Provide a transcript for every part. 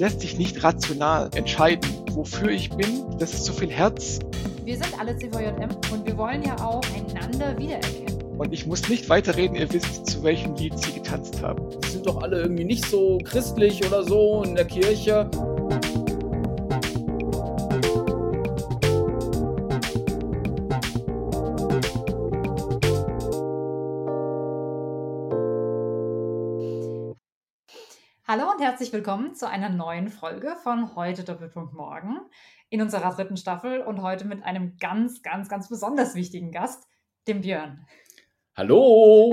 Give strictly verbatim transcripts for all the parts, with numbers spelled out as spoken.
lässt sich nicht rational entscheiden, wofür ich bin. Das ist so viel Herz. Wir sind alle C V J M und wir wollen ja auch einander wiedererkennen. Und ich muss nicht weiterreden, ihr wisst, zu welchem Lied sie getanzt haben. Die sind doch alle irgendwie nicht so christlich oder so in der Kirche. Hallo und herzlich willkommen zu einer neuen Folge von Heute Doppelpunkt Morgen in unserer dritten Staffel und heute mit einem ganz, ganz, ganz besonders wichtigen Gast, dem Björn. Hallo!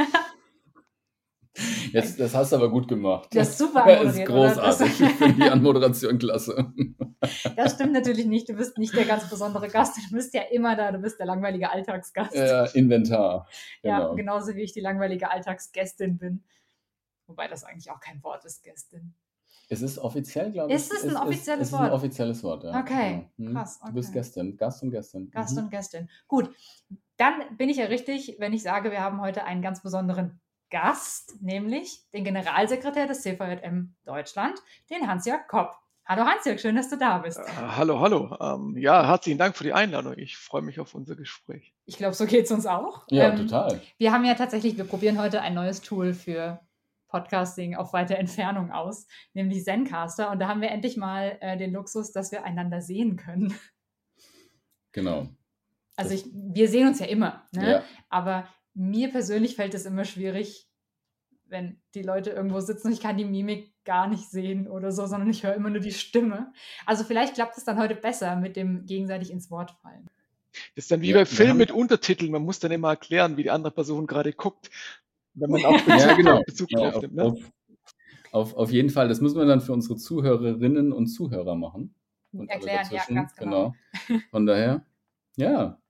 Jetzt, das hast du aber gut gemacht. Das ist super Das anmoderiert, ist großartig. Ich finde die Anmoderation klasse. Das stimmt natürlich nicht. Du bist nicht der ganz besondere Gast. Du bist ja immer da. Du bist der langweilige Alltagsgast. Äh, Inventar. Ja, Genau. genauso wie ich die langweilige Alltagsgästin bin. Wobei das eigentlich auch kein Wort ist, Gästin. Es ist offiziell, glaube ich. Ist es ein offizielles es ist Wort? ein offizielles Wort, ja. Okay, Genau. Hm. krass, Du bist okay. Gästin, Gast und Gästin. Gast Mhm. und Gästin. Gut, dann bin ich ja richtig, wenn ich sage, wir haben heute einen ganz besonderen Gast, nämlich den Generalsekretär des C V J M Deutschland, den Hans-Jörg Kopp. Hallo Hans-Jörg, schön, dass du da bist. Äh, hallo, hallo. Ähm, ja, herzlichen Dank für die Einladung. Ich freue mich auf unser Gespräch. Ich glaube, so geht es uns auch. Ja, Ähm, total. Wir haben ja tatsächlich, wir probieren heute ein neues Tool für Podcasting auf weite Entfernung aus, nämlich Zencaster. Und da haben wir endlich mal äh, den Luxus, dass wir einander sehen können. Genau. Also Das- ich, wir sehen uns ja immer, ne? Ja. Aber mir persönlich fällt es immer schwierig, wenn die Leute irgendwo sitzen und ich kann die Mimik gar nicht sehen oder so, sondern ich höre immer nur die Stimme. Also vielleicht klappt es dann heute besser mit dem gegenseitig ins Wort fallen. Das ist dann wie Ja, bei wir Film haben- mit Untertiteln. Man muss dann immer erklären, wie die andere Person gerade guckt, wenn man auch Bezug, Ja, genau. Bezug Ja, drauf auf, nimmt. Ne? auf, auf, auf jeden Fall. Das müssen wir dann für unsere Zuhörerinnen und Zuhörer machen. Und alle Erklären, ja, dazwischen. ganz genau. Von daher, ja.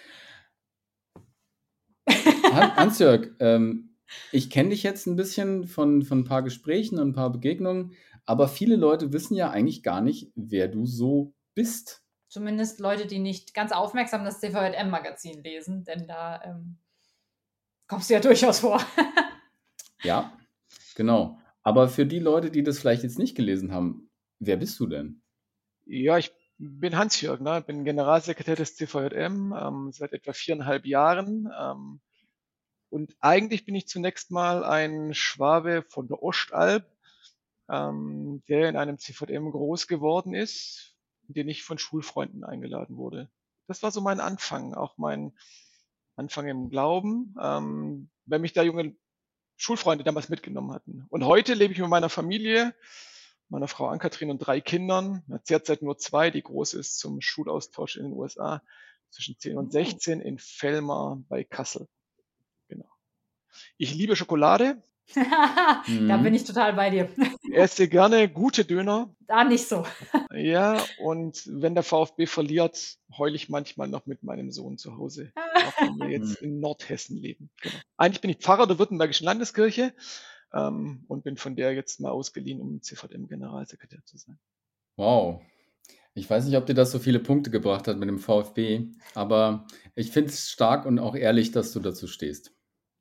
Han- Hans-Jörg, ähm, ich kenne dich jetzt ein bisschen von, von ein paar Gesprächen und ein paar Begegnungen, aber viele Leute wissen ja eigentlich gar nicht, wer du so bist. Zumindest Leute, die nicht ganz aufmerksam das C V J M-Magazin lesen, denn da ähm, kommst du ja durchaus vor. Ja, genau. Aber für die Leute, die das vielleicht jetzt nicht gelesen haben, wer bist du denn? Ja, ich bin Hans-Jörg, ne? Bin Generalsekretär des C V J M ähm, seit etwa viereinhalb Jahren. Ähm, und eigentlich bin ich zunächst mal ein Schwabe von der Ostalb, ähm, der in einem C V J M groß geworden ist, in den ich von Schulfreunden eingeladen wurde. Das war so mein Anfang, auch mein Anfang im Glauben, ähm, wenn mich da junge Schulfreunde damals mitgenommen hatten. Und heute lebe ich mit meiner Familie, meiner Frau Ann-Kathrin und drei Kindern. Derzeit nur zwei. Die große ist zum Schulaustausch in den U S A zwischen zehn und sechzehn in Vellmar bei Kassel. Genau. Ich liebe Schokolade, Da Mhm. bin ich total bei dir. esse gerne gute Döner. Da nicht so. Ja, und wenn der VfB verliert, heule ich manchmal noch mit meinem Sohn zu Hause, auch wenn wir jetzt in Nordhessen leben. Genau. Eigentlich bin ich Pfarrer der Württembergischen Landeskirche ähm, und bin von der jetzt mal ausgeliehen, um C V M-Generalsekretär zu sein. Wow. Ich weiß nicht, ob dir das so viele Punkte gebracht hat mit dem VfB, aber ich finde es stark und auch ehrlich, dass du dazu stehst.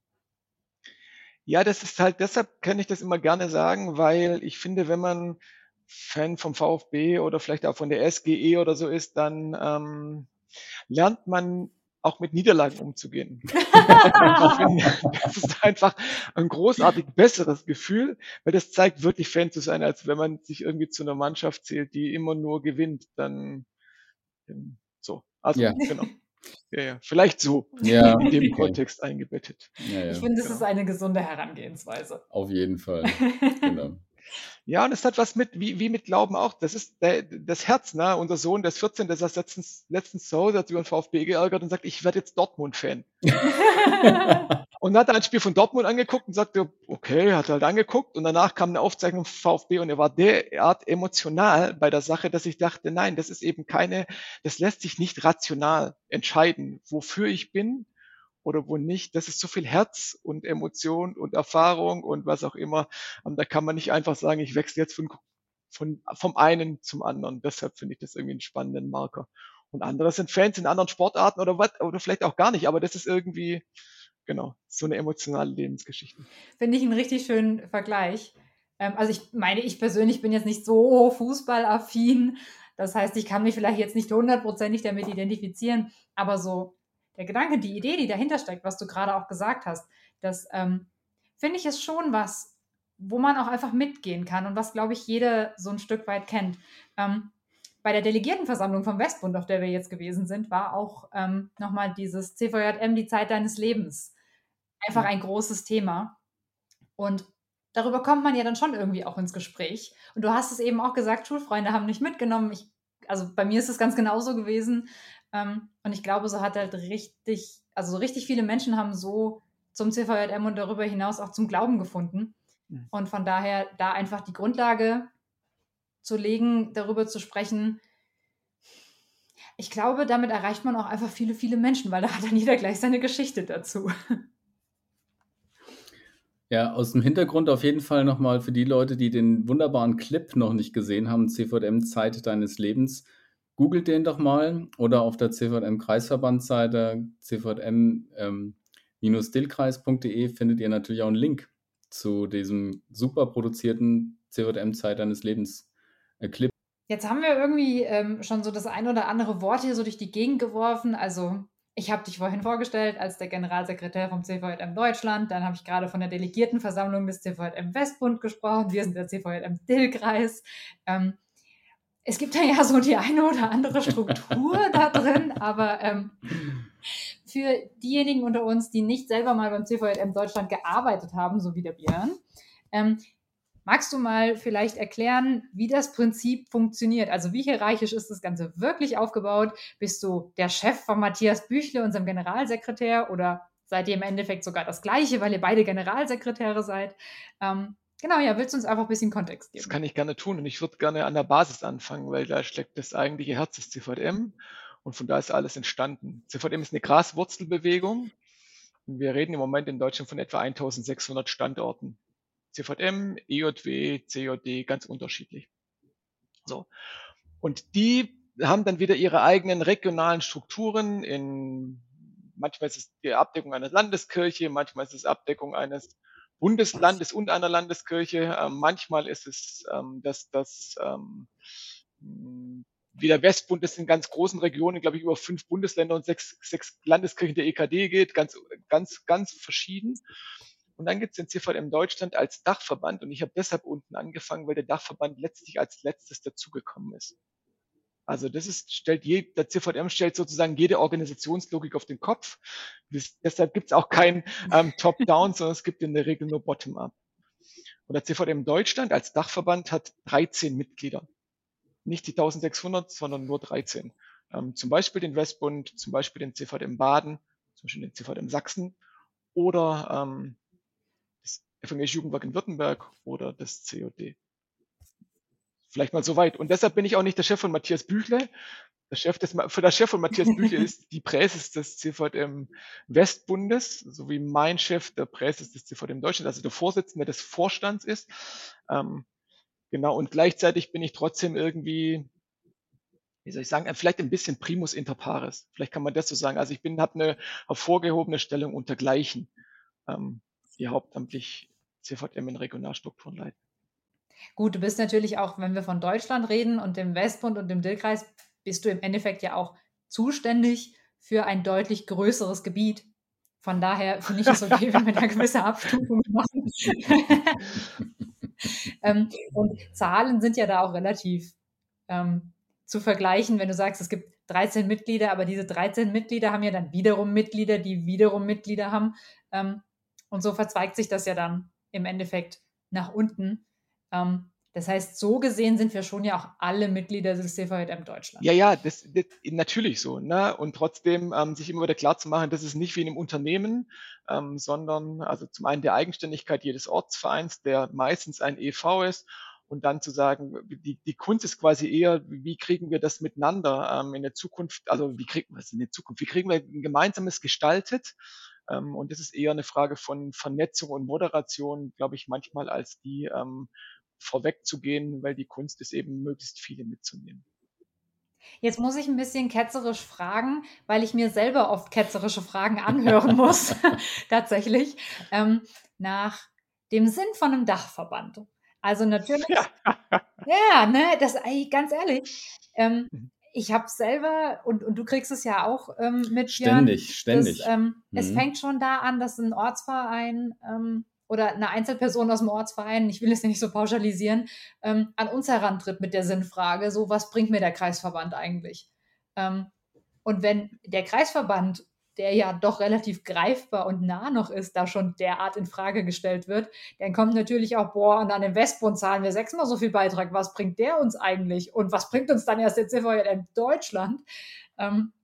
Ja, das ist halt, deshalb kann ich das immer gerne sagen, weil ich finde, wenn man Fan vom VfB oder vielleicht auch von der S G E oder so ist, dann ähm, lernt man auch mit Niederlagen umzugehen. Ich finde, das ist einfach ein großartig besseres Gefühl, weil das zeigt wirklich Fan zu sein, als wenn man sich irgendwie zu einer Mannschaft zählt, die immer nur gewinnt. Dann ähm, so. Also Ja. genau. Ja, ja. Vielleicht so Ja, in dem okay. Kontext eingebettet. Ja, Ich ja, finde, es genau. ist eine gesunde Herangehensweise. auf jeden Fall. Genau. Ja, und es hat was mit, wie, wie mit Glauben auch. Das ist der, das Herz, ne? Unser Sohn, der ist vierzehn, der saß letztens, letztens zu Hause, hat sich über den VfB geärgert und sagt, ich werde jetzt Dortmund-Fan. Und dann hat er ein Spiel von Dortmund angeguckt und sagte, okay, hat er halt angeguckt und danach kam eine Aufzeichnung vom VfB und er war derart emotional bei der Sache, dass ich dachte, nein, das ist eben keine, das lässt sich nicht rational entscheiden, wofür ich bin oder wo nicht. Das ist so viel Herz und Emotion und Erfahrung und was auch immer. Und da kann man nicht einfach sagen, ich wechsle jetzt von, von, vom einen zum anderen. Deshalb finde ich das irgendwie einen spannenden Marker. Und andere sind Fans in anderen Sportarten oder was, oder vielleicht auch gar nicht, aber das ist irgendwie, genau, so eine emotionale Lebensgeschichte. Finde ich einen richtig schönen Vergleich. Ähm, also ich meine, ich persönlich bin jetzt nicht so fußballaffin. Das heißt, ich kann mich vielleicht jetzt nicht hundertprozentig damit identifizieren, aber so der Gedanke, die Idee, die dahinter steckt, was du gerade auch gesagt hast, das ähm, finde ich ist schon was, wo man auch einfach mitgehen kann und was, glaube ich, jeder so ein Stück weit kennt. Ähm, bei der Delegiertenversammlung vom Westbund, auf der wir jetzt gewesen sind, war auch ähm, nochmal dieses C V J M, die Zeit deines Lebens, einfach ein großes Thema. Und darüber kommt man ja dann schon irgendwie auch ins Gespräch. Und du hast es eben auch gesagt, Schulfreunde haben nicht mitgenommen. Ich, also bei mir ist es ganz genauso gewesen. Ähm, und ich glaube, so hat halt richtig, also so richtig viele Menschen haben so zum C V J M und darüber hinaus auch zum Glauben gefunden. Mhm. Und von daher da einfach die Grundlage zu legen, darüber zu sprechen. Ich glaube, damit erreicht man auch einfach viele, viele Menschen, weil da hat dann jeder gleich seine Geschichte dazu. Ja, aus dem Hintergrund auf jeden Fall nochmal für die Leute, die den wunderbaren Clip noch nicht gesehen haben, C V J M Zeit deines Lebens. Googelt den doch mal oder auf der C V J M-Kreisverbandsseite c v j m Bindestrich punkt de findet ihr natürlich auch einen Link zu diesem super produzierten C V J M Zeit deines Lebens äh, Clip. Jetzt haben wir irgendwie ähm, schon so das ein oder andere Wort hier so durch die Gegend geworfen. Also ich habe dich vorhin vorgestellt als der Generalsekretär vom C V J M Deutschland. Dann habe ich gerade von der Delegiertenversammlung des C V J M Westbund gesprochen. Wir sind der C V J M Dillkreis. Ähm, es gibt da ja so die eine oder andere Struktur da drin, aber ähm, für diejenigen unter uns, die nicht selber mal beim C V J M Deutschland gearbeitet haben, so wie der Björn, ähm, magst du mal vielleicht erklären, wie das Prinzip funktioniert? Also wie hierarchisch ist das Ganze wirklich aufgebaut? Bist du der Chef von Matthias Büchle, unserem Generalsekretär, oder seid ihr im Endeffekt sogar das Gleiche, weil ihr beide Generalsekretäre seid? Ähm, genau, ja, willst du uns einfach ein bisschen Kontext geben? Das kann ich gerne tun und ich würde gerne an der Basis anfangen, weil da steckt das eigentliche Herz des C V J M und von da ist alles entstanden. C V J M ist eine Graswurzelbewegung und wir reden im Moment in Deutschland von etwa eintausendsechshundert Standorten. C V J M, E J W, C J D, ganz unterschiedlich. So. Und die haben dann wieder ihre eigenen regionalen Strukturen in, manchmal ist es die Abdeckung einer Landeskirche, manchmal ist es Abdeckung eines Bundeslandes und einer Landeskirche, ähm, manchmal ist es ähm, das, das ähm, wie der Westbund das in ganz großen Regionen, glaube ich, über fünf Bundesländer und sechs, sechs Landeskirchen der E K D geht, ganz, ganz, ganz verschieden. Und dann gibt es den C V J M Deutschland als Dachverband und ich habe deshalb unten angefangen, weil der Dachverband letztlich als letztes dazugekommen ist. Also das ist, stellt je, der C V J M stellt sozusagen jede Organisationslogik auf den Kopf. Das, deshalb gibt es auch kein ähm, Top-Down, sondern es gibt in der Regel nur Bottom-Up. Und der C V J M Deutschland als Dachverband hat dreizehn Mitglieder. Nicht die eintausendsechshundert, sondern nur dreizehn. Ähm, zum Beispiel den Westbund, zum Beispiel den C V J M Baden, zum Beispiel den C V J M Sachsen oder ähm, das Evangelische Jugendwerk in Württemberg oder das C J D. Vielleicht mal so weit. Und deshalb bin ich auch nicht der Chef von Matthias Büchle. Der Chef, des, der Chef von Matthias Büchle ist die Präses des C V J M Westbundes, so wie mein Chef der Präses des C V J M Deutschland, also der Vorsitzende des Vorstands ist. Ähm, genau, und gleichzeitig bin ich trotzdem irgendwie, wie soll ich sagen, vielleicht ein bisschen primus inter pares. Vielleicht kann man das so sagen. Also ich bin, habe eine hervorgehobene Stellung unter Gleichen, ähm, die hauptamtlich C V J M in Regionalstrukturen leiten. Gut, du bist natürlich auch, wenn wir von Deutschland reden und dem Westbund und dem Dillkreis, bist du im Endeffekt ja auch zuständig für ein deutlich größeres Gebiet. Von daher finde ich es okay, wenn wir da gewisse Abstufungen machen. ähm, und Zahlen sind ja da auch relativ ähm, zu vergleichen, wenn du sagst, es gibt dreizehn Mitglieder, aber diese dreizehn Mitglieder haben ja dann wiederum Mitglieder, die wiederum Mitglieder haben. Ähm, und so verzweigt sich das ja dann im Endeffekt nach unten. Ähm, das heißt, so gesehen sind wir schon ja auch alle Mitglieder des C V J M Deutschland. Ja, ja, das, das natürlich so. Ne? Und trotzdem ähm, sich immer wieder klar zu machen, das ist nicht wie in einem Unternehmen, ähm, sondern also zum einen der Eigenständigkeit jedes Ortsvereins, der meistens ein E V ist. Und dann zu sagen, die, die Kunst ist quasi eher, wie kriegen wir das miteinander ähm, in der Zukunft, also wie kriegen wir es in der Zukunft, wie kriegen wir ein gemeinsames gestaltet? Ähm, und das ist eher eine Frage von Vernetzung und Moderation, glaube ich, manchmal als die ähm, vorwegzugehen, weil die Kunst ist eben, möglichst viele mitzunehmen. Jetzt muss ich ein bisschen ketzerisch fragen, weil ich mir selber oft ketzerische Fragen anhören muss, tatsächlich, ähm, nach dem Sinn von einem Dachverband. Also natürlich, Ja. ja, ne, das ey, ganz ehrlich, ähm, Mhm. ich habe selber und und du kriegst es ja auch ähm, mit, Björn, Ständig, dass ständig. ähm, es Mhm. fängt schon da an, dass ein Ortsverein ähm, oder eine Einzelperson aus dem Ortsverein, ich will es nicht so pauschalisieren, ähm, an uns herantritt mit der Sinnfrage, so was bringt mir der Kreisverband eigentlich? Ähm, und wenn der Kreisverband, der ja doch relativ greifbar und nah noch ist, da schon derart in Frage gestellt wird, dann kommt natürlich auch, boah, und an den Westbund zahlen wir sechsmal so viel Beitrag, was bringt der uns eigentlich? Und was bringt uns dann erst der C V J M Deutschland? Ähm,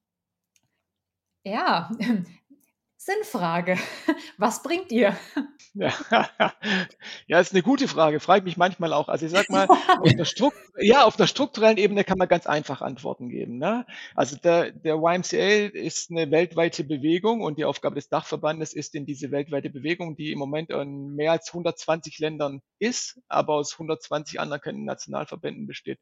ja, Sinnfrage. Was bringt ihr? Ja. Ja, ist eine gute Frage. Frage ich mich manchmal auch. Also, ich sage mal, auf der Strukt ja, auf der strukturellen Ebene kann man ganz einfach Antworten geben, ne? Also, der der Y M C A ist eine weltweite Bewegung und die Aufgabe des Dachverbandes ist, in diese weltweite Bewegung, die im Moment in mehr als hundertzwanzig Ländern ist, aber aus hundertzwanzig anerkannten Nationalverbänden besteht,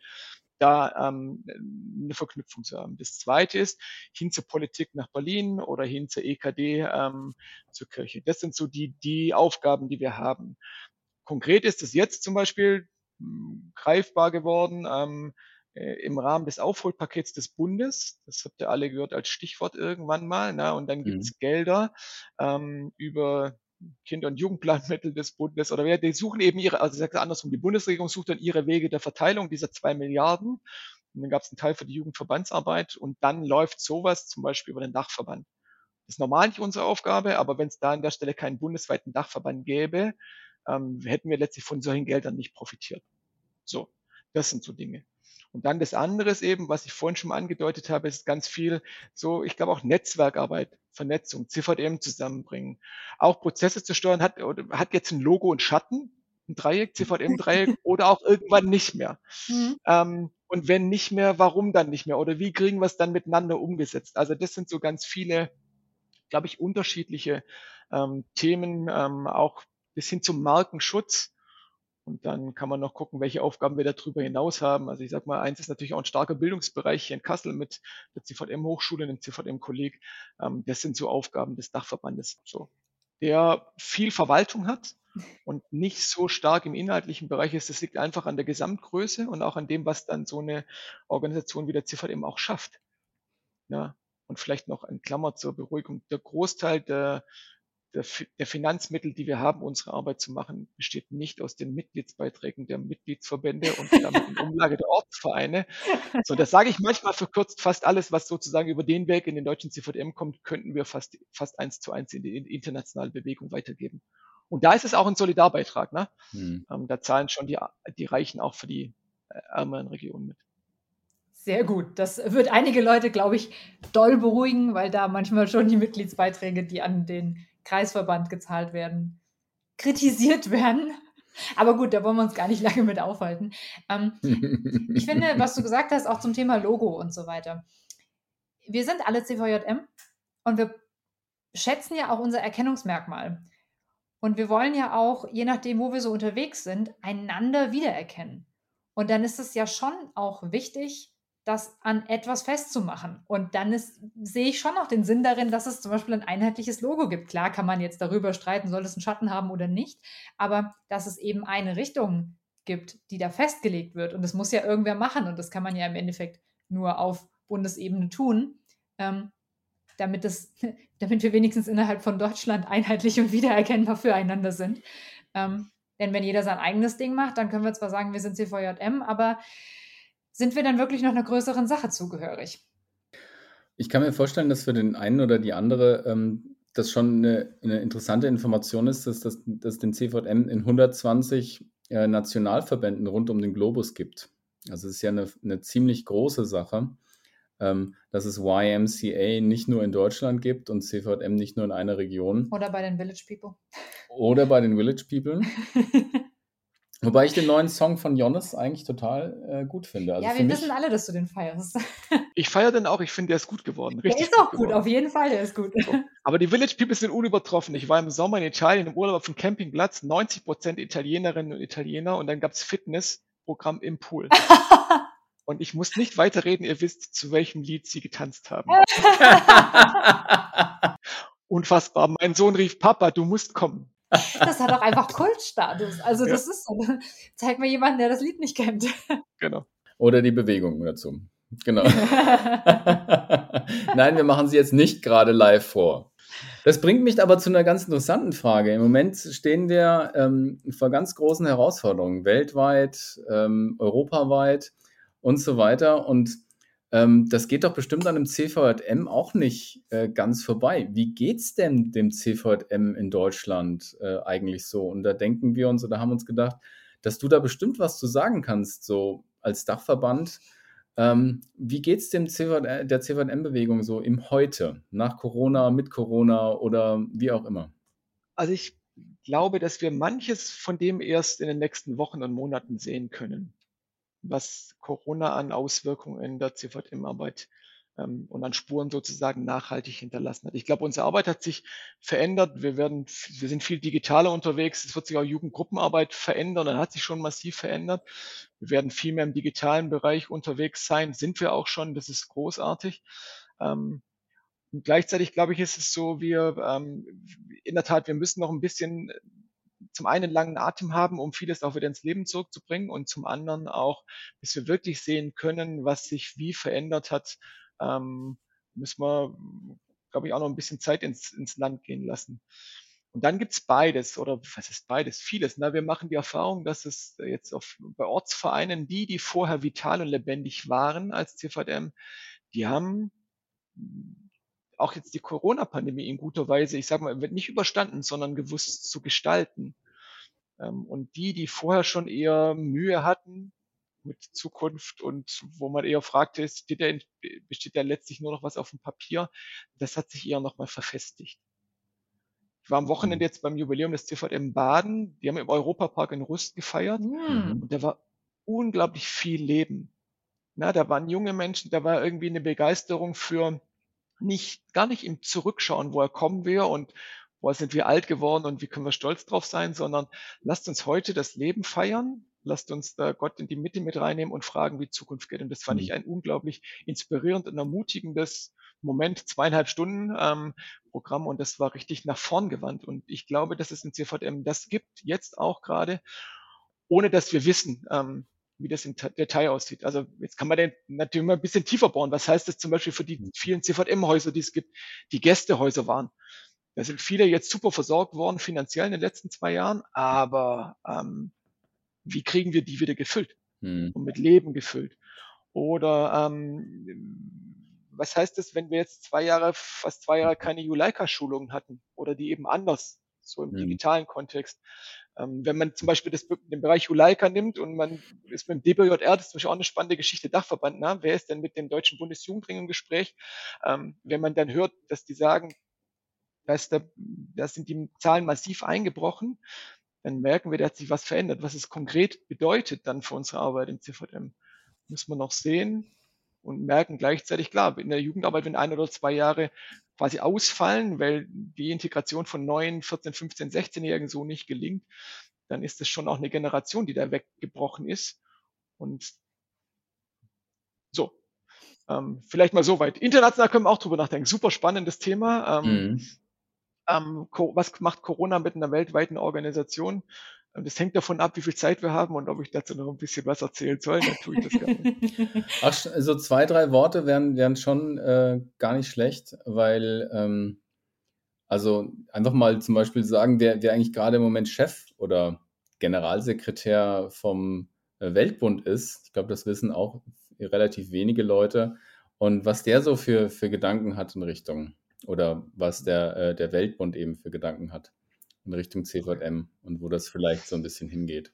da ähm, 'ne Verknüpfung zu haben. Das Zweite ist, hin zur Politik nach Berlin oder hin zur E K D, ähm, zur Kirche. Das sind so die die Aufgaben, die wir haben. Konkret ist es jetzt zum Beispiel mh, greifbar geworden ähm, äh, im Rahmen des Aufholpakets des Bundes. Das habt ihr alle gehört als Stichwort irgendwann mal. Ne? Und dann gibt Mhm. es Gelder ähm, über Kinder- und Jugendplanmittel des Bundes oder wer, die suchen eben ihre, also ich sage andersrum, die Bundesregierung sucht dann ihre Wege der Verteilung dieser zwei Milliarden. Und dann gab es einen Teil für die Jugendverbandsarbeit und dann läuft sowas zum Beispiel über den Dachverband. Das ist normal nicht unsere Aufgabe, aber wenn es da an der Stelle keinen bundesweiten Dachverband gäbe, ähm, hätten wir letztlich von solchen Geldern nicht profitiert. So, das sind so Dinge. Und dann das andere ist eben, was ich vorhin schon mal angedeutet habe, ist ganz viel so, ich glaube auch Netzwerkarbeit, Vernetzung, C V M zusammenbringen. Auch Prozesse zu steuern hat, hat jetzt ein Logo und Schatten, ein Dreieck, C V M-Dreieck oder auch irgendwann nicht mehr. Mhm. Ähm, und wenn nicht mehr, warum dann nicht mehr? Oder wie kriegen wir es dann miteinander umgesetzt? Also das sind so ganz viele, glaube ich, unterschiedliche ähm, Themen, ähm, auch bis hin zum Markenschutz. Und dann kann man noch gucken, welche Aufgaben wir darüber hinaus haben. Also ich sage mal, eins ist natürlich auch ein starker Bildungsbereich hier in Kassel mit der C V M-Hochschule, dem C V M-Kolleg. Ähm, das sind so Aufgaben des Dachverbandes, so, der viel Verwaltung hat und nicht so stark im inhaltlichen Bereich ist. Das liegt einfach an der Gesamtgröße und auch an dem, was dann so eine Organisation wie der C V M auch schafft. Ja, und vielleicht noch in Klammer zur Beruhigung. Der Großteil der, der, der Finanzmittel, die wir haben, unsere Arbeit zu machen, besteht nicht aus den Mitgliedsbeiträgen der Mitgliedsverbände und damit in Umlage der Ortsvereine. So, das sage ich manchmal verkürzt. Fast alles, was sozusagen über den Weg in den deutschen C V M kommt, könnten wir fast, fast eins zu eins in die internationale Bewegung weitergeben. Und da ist es auch ein Solidarbeitrag. Ne? Mhm. Ähm, da zahlen schon die, die Reichen auch für die äh, ärmeren Regionen mit. Sehr gut. Das wird einige Leute, glaube ich, doll beruhigen, weil da manchmal schon die Mitgliedsbeiträge, die an den Kreisverband gezahlt werden, kritisiert werden. Aber gut, da wollen wir uns gar nicht lange mit aufhalten. Ähm, ich finde, was du gesagt hast, auch zum Thema Logo und so weiter. Wir sind alle C V J M und wir schätzen ja auch unser Erkennungsmerkmal. Und wir wollen ja auch, je nachdem, wo wir so unterwegs sind, einander wiedererkennen. Und dann ist es ja schon auch wichtig, das an etwas festzumachen. Und dann ist, sehe ich schon auch den Sinn darin, dass es zum Beispiel ein einheitliches Logo gibt. Klar kann man jetzt darüber streiten, soll es einen Schatten haben oder nicht, aber dass es eben eine Richtung gibt, die da festgelegt wird. Und das muss ja irgendwer machen. Und das kann man ja im Endeffekt nur auf Bundesebene tun. Ähm, damit, das, damit wir wenigstens innerhalb von Deutschland einheitlich und wiedererkennbar füreinander sind. Ähm, denn wenn jeder sein eigenes Ding macht, dann können wir zwar sagen, wir sind C V J M, aber sind wir dann wirklich noch einer größeren Sache zugehörig? Ich kann mir vorstellen, dass für den einen oder die andere ähm, das schon eine, eine interessante Information ist, dass das dass den C V M in hundertzwanzig äh, Nationalverbänden rund um den Globus gibt. Also es ist ja eine, eine ziemlich große Sache, ähm, dass es Y M C A nicht nur in Deutschland gibt und C V M nicht nur in einer Region. Oder bei den Village People. Oder bei den Village People. Wobei ich den neuen Song von Jonas eigentlich total äh, gut finde. Also ja, für wir mich, wissen alle, dass du den feierst. Ich feiere den auch, ich finde, der ist gut geworden. Der Richtig ist auch gut gut, geworden. auf jeden Fall, der ist gut. So. Aber die Village People sind unübertroffen. Ich war im Sommer in Italien im Urlaub auf dem Campingplatz, neunzig Prozent Italienerinnen und Italiener und dann gab's Fitnessprogramm im Pool. Und ich muss nicht weiterreden, ihr wisst, zu welchem Lied sie getanzt haben. Unfassbar. Mein Sohn rief, Papa, du musst kommen. Das hat auch einfach Kultstatus. Also, Ja. das ist so, zeig mir jemanden, der das Lied nicht kennt. Genau. Oder die Bewegung dazu. Genau. Nein, wir machen sie jetzt nicht gerade live vor. Das bringt mich aber zu einer ganz interessanten Frage. Im Moment stehen wir ähm, vor ganz großen Herausforderungen, weltweit, ähm, europaweit und so weiter. Und ähm, das geht doch bestimmt an dem C V J M auch nicht äh, ganz vorbei. Wie geht's denn dem C V J M in Deutschland äh, eigentlich so? Und da denken wir uns oder haben uns gedacht, dass du da bestimmt was zu sagen kannst, so als Dachverband. Ähm, wie geht es dem C V J, der C V J M-Bewegung so im Heute, nach Corona, mit Corona oder wie auch immer? Also ich glaube, dass wir manches von dem erst in den nächsten Wochen und Monaten sehen können, was Corona an Auswirkungen in der C V J M-Arbeit ähm, und an Spuren sozusagen nachhaltig hinterlassen hat. Ich glaube, unsere Arbeit hat sich verändert. Wir werden, wir sind viel digitaler unterwegs. Es wird sich auch Jugendgruppenarbeit verändern und hat sich schon massiv verändert. Wir werden viel mehr im digitalen Bereich unterwegs sein. Sind wir auch schon. Das ist großartig. Ähm, und gleichzeitig glaube ich, ist es so, wir ähm, in der Tat, wir müssen noch ein bisschen zum einen langen Atem haben, um vieles auch wieder ins Leben zurückzubringen und zum anderen auch, bis wir wirklich sehen können, was sich wie verändert hat, ähm, müssen wir, glaube ich, auch noch ein bisschen Zeit ins, ins Land gehen lassen. Und dann gibt's beides, oder was ist beides? Vieles. Na, wir machen die Erfahrung, dass es jetzt auf, bei Ortsvereinen, die, die vorher vital und lebendig waren als C V J M, die haben auch jetzt die Corona-Pandemie in guter Weise, ich sage mal, wird nicht überstanden, sondern gewusst zu gestalten. Ähm, und die, die vorher schon eher Mühe hatten mit Zukunft und wo man eher fragte, steht der, besteht da letztlich nur noch was auf dem Papier, das hat sich eher nochmal verfestigt. Ich war am Wochenende jetzt beim Jubiläum des C V J M Baden, die haben im Europapark in Rust gefeiert Hm. und da war unglaublich viel Leben. Na, da waren junge Menschen, da war irgendwie eine Begeisterung für nicht, gar nicht im Zurückschauen, woher kommen wir und woher sind wir alt geworden und wie können wir stolz drauf sein, sondern lasst uns heute das Leben feiern, lasst uns da Gott in die Mitte mit reinnehmen und fragen, wie Zukunft geht. Und das fand ich ein unglaublich inspirierend und ermutigendes Moment, zweieinhalb Stunden ähm, Programm und das war richtig nach vorn gewandt. Und ich glaube, dass es in C V J M das gibt, jetzt auch gerade, ohne dass wir wissen, ähm, wie das im Detail aussieht. Also jetzt kann man den natürlich mal ein bisschen tiefer bauen. Was heißt das zum Beispiel für die vielen C V J M-Häuser, die es gibt, die Gästehäuser waren? Da sind viele jetzt super versorgt worden finanziell in den letzten zwei Jahren, aber ähm, wie kriegen wir die wieder gefüllt Hm. und mit Leben gefüllt? Oder ähm, was heißt das, wenn wir jetzt zwei Jahre, fast zwei Jahre keine Juleika-Schulungen hatten oder die eben anders, so im Hm. digitalen Kontext? Ähm, wenn man zum Beispiel das, den Bereich Juleika nimmt und man ist mit dem D B J R, das ist zum Beispiel auch eine spannende Geschichte, Dachverband, na, wer ist denn mit dem Deutschen Bundesjugendring im Gespräch? Ähm, wenn man dann hört, dass die sagen, dass da, da sind die Zahlen massiv eingebrochen, dann merken wir, da hat sich was verändert. Was es konkret bedeutet dann für unsere Arbeit im C V J M, müssen wir noch sehen und merken gleichzeitig, klar, in der Jugendarbeit, wenn ein oder zwei Jahre quasi ausfallen, weil die Integration von neun, vierzehn, fünfzehn, sechzehn-Jährigen so nicht gelingt, dann ist es schon auch eine Generation, die da weggebrochen ist. Und so, ähm, vielleicht mal so weit. International können wir auch drüber nachdenken. Super spannendes Thema. Ähm, Hm. ähm, was macht Corona mit einer weltweiten Organisation? Das hängt davon ab, wie viel Zeit wir haben und ob ich dazu noch ein bisschen was erzählen soll, dann tue ich das gerne. Ach, so zwei, drei Worte wären, wären schon äh, gar nicht schlecht, weil ähm, also einfach mal zum Beispiel sagen, wer, wer eigentlich gerade im Moment Chef oder Generalsekretär vom äh, Weltbund ist. Ich glaube, das wissen auch relativ wenige Leute. Und was der so für, für Gedanken hat in Richtung, oder was der, äh, der Weltbund eben für Gedanken hat in Richtung C V J M und wo das vielleicht so ein bisschen hingeht.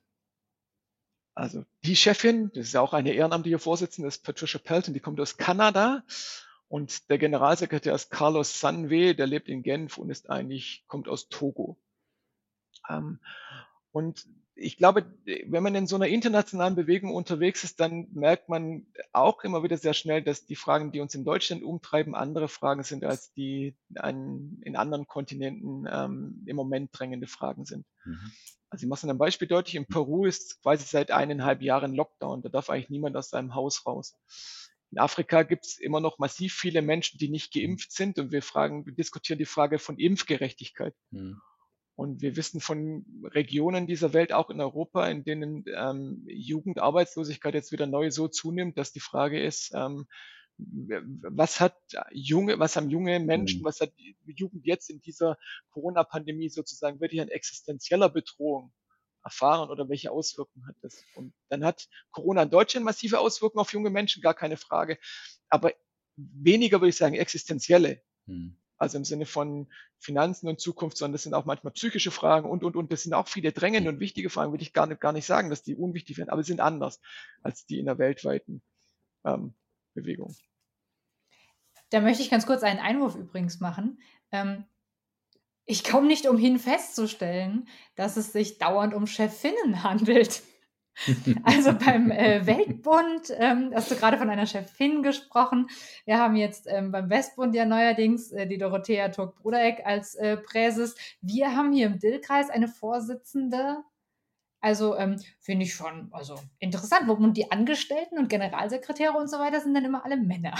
Also die Chefin, das ist ja auch eine ehrenamtliche Vorsitzende, ist Patricia Pelton, die kommt aus Kanada. Und der Generalsekretär ist Carlos Sanwe, der lebt in Genf und ist eigentlich, kommt aus Togo. Ähm, und ich glaube, wenn man in so einer internationalen Bewegung unterwegs ist, dann merkt man auch immer wieder sehr schnell, dass die Fragen, die uns in Deutschland umtreiben, andere Fragen sind, als die an, in anderen Kontinenten ähm, im Moment drängende Fragen sind. Mhm. Also ich mache es an einem Beispiel deutlich. In Peru ist quasi seit eineinhalb Jahren Lockdown. Da darf eigentlich niemand aus seinem Haus raus. In Afrika gibt es immer noch massiv viele Menschen, die nicht geimpft sind. Und wir fragen, wir diskutieren die Frage von Impfgerechtigkeit. Mhm. Und wir wissen von Regionen dieser Welt, auch in Europa, in denen ähm, Jugendarbeitslosigkeit jetzt wieder neu so zunimmt, dass die Frage ist, ähm, was hat junge, was haben junge Menschen, Mhm. was hat die Jugend jetzt in dieser Corona-Pandemie sozusagen wirklich an existenzieller Bedrohung erfahren oder welche Auswirkungen hat das? Und dann hat Corona in Deutschland massive Auswirkungen auf junge Menschen, gar keine Frage. Aber weniger, würde ich sagen, existenzielle. Mhm. Also im Sinne von Finanzen und Zukunft, sondern das sind auch manchmal psychische Fragen und, und, und. Das sind auch viele drängende und wichtige Fragen, würde ich gar nicht, gar nicht sagen, dass die unwichtig werden, aber sie sind anders als die in der weltweiten ähm, Bewegung. Da möchte ich ganz kurz einen Einwurf übrigens machen. Ähm, ich komme nicht umhin festzustellen, dass es sich dauernd um Chefinnen handelt. Also beim äh, Weltbund ähm, hast du gerade von einer Chefin gesprochen. Wir haben jetzt ähm, beim Westbund ja neuerdings äh, die Dorothea Turk-Brudereck als äh, Präses. Wir haben hier im Dill-Kreis eine Vorsitzende. Also ähm, finde ich schon also interessant. Und die Angestellten und Generalsekretäre und so weiter sind dann immer alle Männer.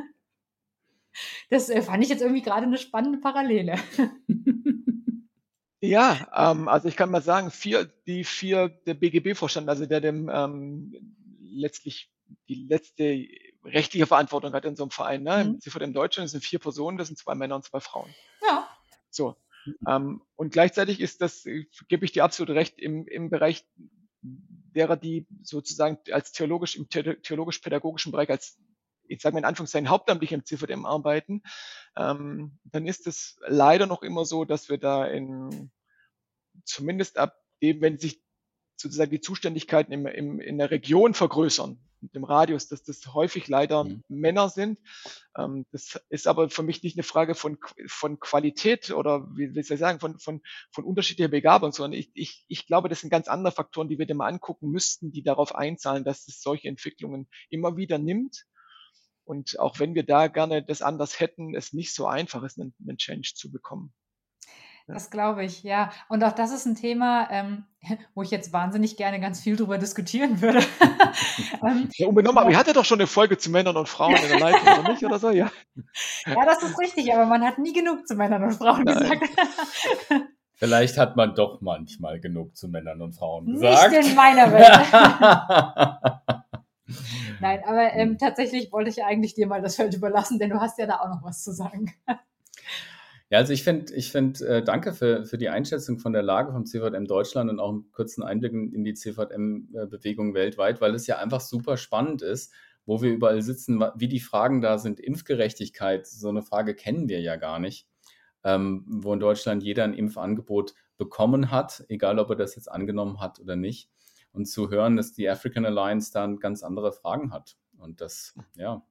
Das äh, fand ich jetzt irgendwie gerade eine spannende Parallele. Ja, ähm, also ich kann mal sagen, vier, die vier, der B G B-Vorstand, also der dem ähm, letztlich die letzte rechtliche Verantwortung hat in so einem Verein, ne? Im Mhm. C V M Deutschland das sind vier Personen, das sind zwei Männer und zwei Frauen. Ja. So. Ähm, und gleichzeitig ist das, äh, gebe ich dir absolut recht, im, im Bereich derer, die sozusagen als theologisch, im the- theologisch-pädagogischen Bereich als, ich sage mal in Anführungszeichen, hauptamtlich im C V M arbeiten, ähm, dann ist es leider noch immer so, dass wir da in, zumindest ab dem, wenn sich sozusagen die Zuständigkeiten im, im, in der Region vergrößern, mit dem Radius, dass das häufig leider Mhm. Männer sind. Ähm, das ist aber für mich nicht eine Frage von, von Qualität oder wie, wie soll ich sagen, von, von, von unterschiedlicher Begabung, sondern ich, ich, ich glaube, das sind ganz andere Faktoren, die wir dir mal angucken müssten, die darauf einzahlen, dass es solche Entwicklungen immer wieder nimmt. Und auch wenn wir da gerne das anders hätten, es nicht so einfach ist, einen, einen Change zu bekommen. Ja. Das glaube ich, ja. Und auch das ist ein Thema, ähm, wo ich jetzt wahnsinnig gerne ganz viel drüber diskutieren würde. ähm, Ja, unbenommen, aber ihr hattet doch schon eine Folge zu Männern und Frauen in der Leitung, oder nicht? Oder so? Ja. ja, das ist richtig, aber man hat nie genug zu Männern und Frauen Nein. gesagt. Vielleicht hat man doch manchmal genug zu Männern und Frauen Nicht gesagt. in meiner Welt. Nein, aber ähm, tatsächlich wollte ich eigentlich dir mal das Feld überlassen, denn du hast ja da auch noch was zu sagen. Ja, also ich finde, ich find, äh, danke für, für die Einschätzung von der Lage vom C V M Deutschland und auch einen kurzen Einblick in, in die C V M-Bewegung weltweit, weil es ja einfach super spannend ist, wo wir überall sitzen, wa- wie die Fragen da sind. Impfgerechtigkeit, so eine Frage kennen wir ja gar nicht, ähm, wo in Deutschland jeder ein Impfangebot bekommen hat, egal ob er das jetzt angenommen hat oder nicht. Und zu hören, dass die African Alliance dann ganz andere Fragen hat. Und das, ja.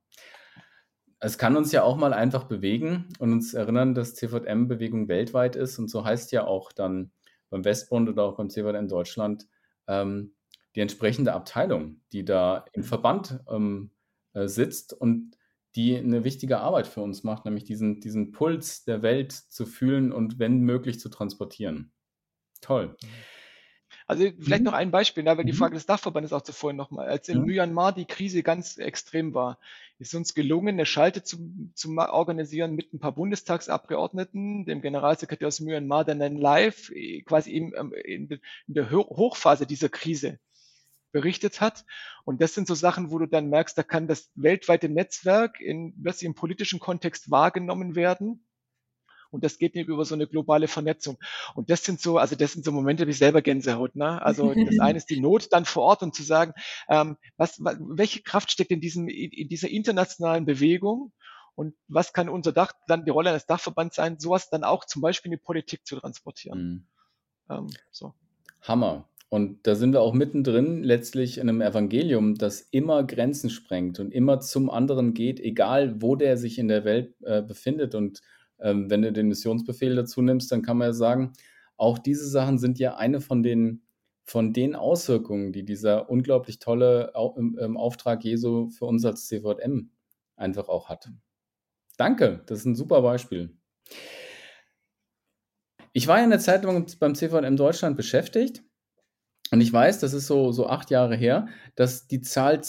Es kann uns ja auch mal einfach bewegen und uns erinnern, dass C V M-Bewegung weltweit ist. Und so heißt ja auch dann beim Westbund oder auch beim C V M Deutschland ähm, die entsprechende Abteilung, die da im Verband ähm, äh, sitzt und die eine wichtige Arbeit für uns macht, nämlich diesen, diesen Puls der Welt zu fühlen und wenn möglich zu transportieren. Toll. Also vielleicht noch Mhm. ein Beispiel, ne, weil die Mhm. Frage des Dachverbandes auch zuvor nochmal. Als in Mhm. Myanmar die Krise ganz extrem war, ist uns gelungen, eine Schalte zu, zu ma- organisieren mit ein paar Bundestagsabgeordneten, dem Generalsekretär aus Myanmar, der dann live eh, quasi im, ähm, in, de- in der Ho- Hochphase dieser Krise berichtet hat. Und das sind so Sachen, wo du dann merkst, da kann das weltweite Netzwerk in, was im politischen Kontext wahrgenommen werden. Und das geht nicht über so eine globale Vernetzung. Und das sind so, also das sind so Momente wie selber Gänsehaut. Ne? Also das eine ist die Not dann vor Ort und zu sagen, ähm, was, wa- welche Kraft steckt in diesem, in dieser internationalen Bewegung? Und was kann unser Dach, dann die Rolle eines Dachverbands sein, sowas dann auch zum Beispiel in die Politik zu transportieren? Mhm. Ähm, so. Hammer. Und da sind wir auch mittendrin letztlich in einem Evangelium, das immer Grenzen sprengt und immer zum anderen geht, egal wo der sich in der Welt äh, befindet. Und ähm, wenn du den Missionsbefehl dazu nimmst, dann kann man ja sagen, auch diese Sachen sind ja eine von den, von den Auswirkungen, die dieser unglaublich tolle Au ähm, ähm, Auftrag Jesu für uns als C V M einfach auch hat. Danke, das ist ein super Beispiel. Ich war ja eine Zeit lang beim C V M Deutschland beschäftigt. Und ich weiß, das ist so, so acht Jahre her, dass die Zahl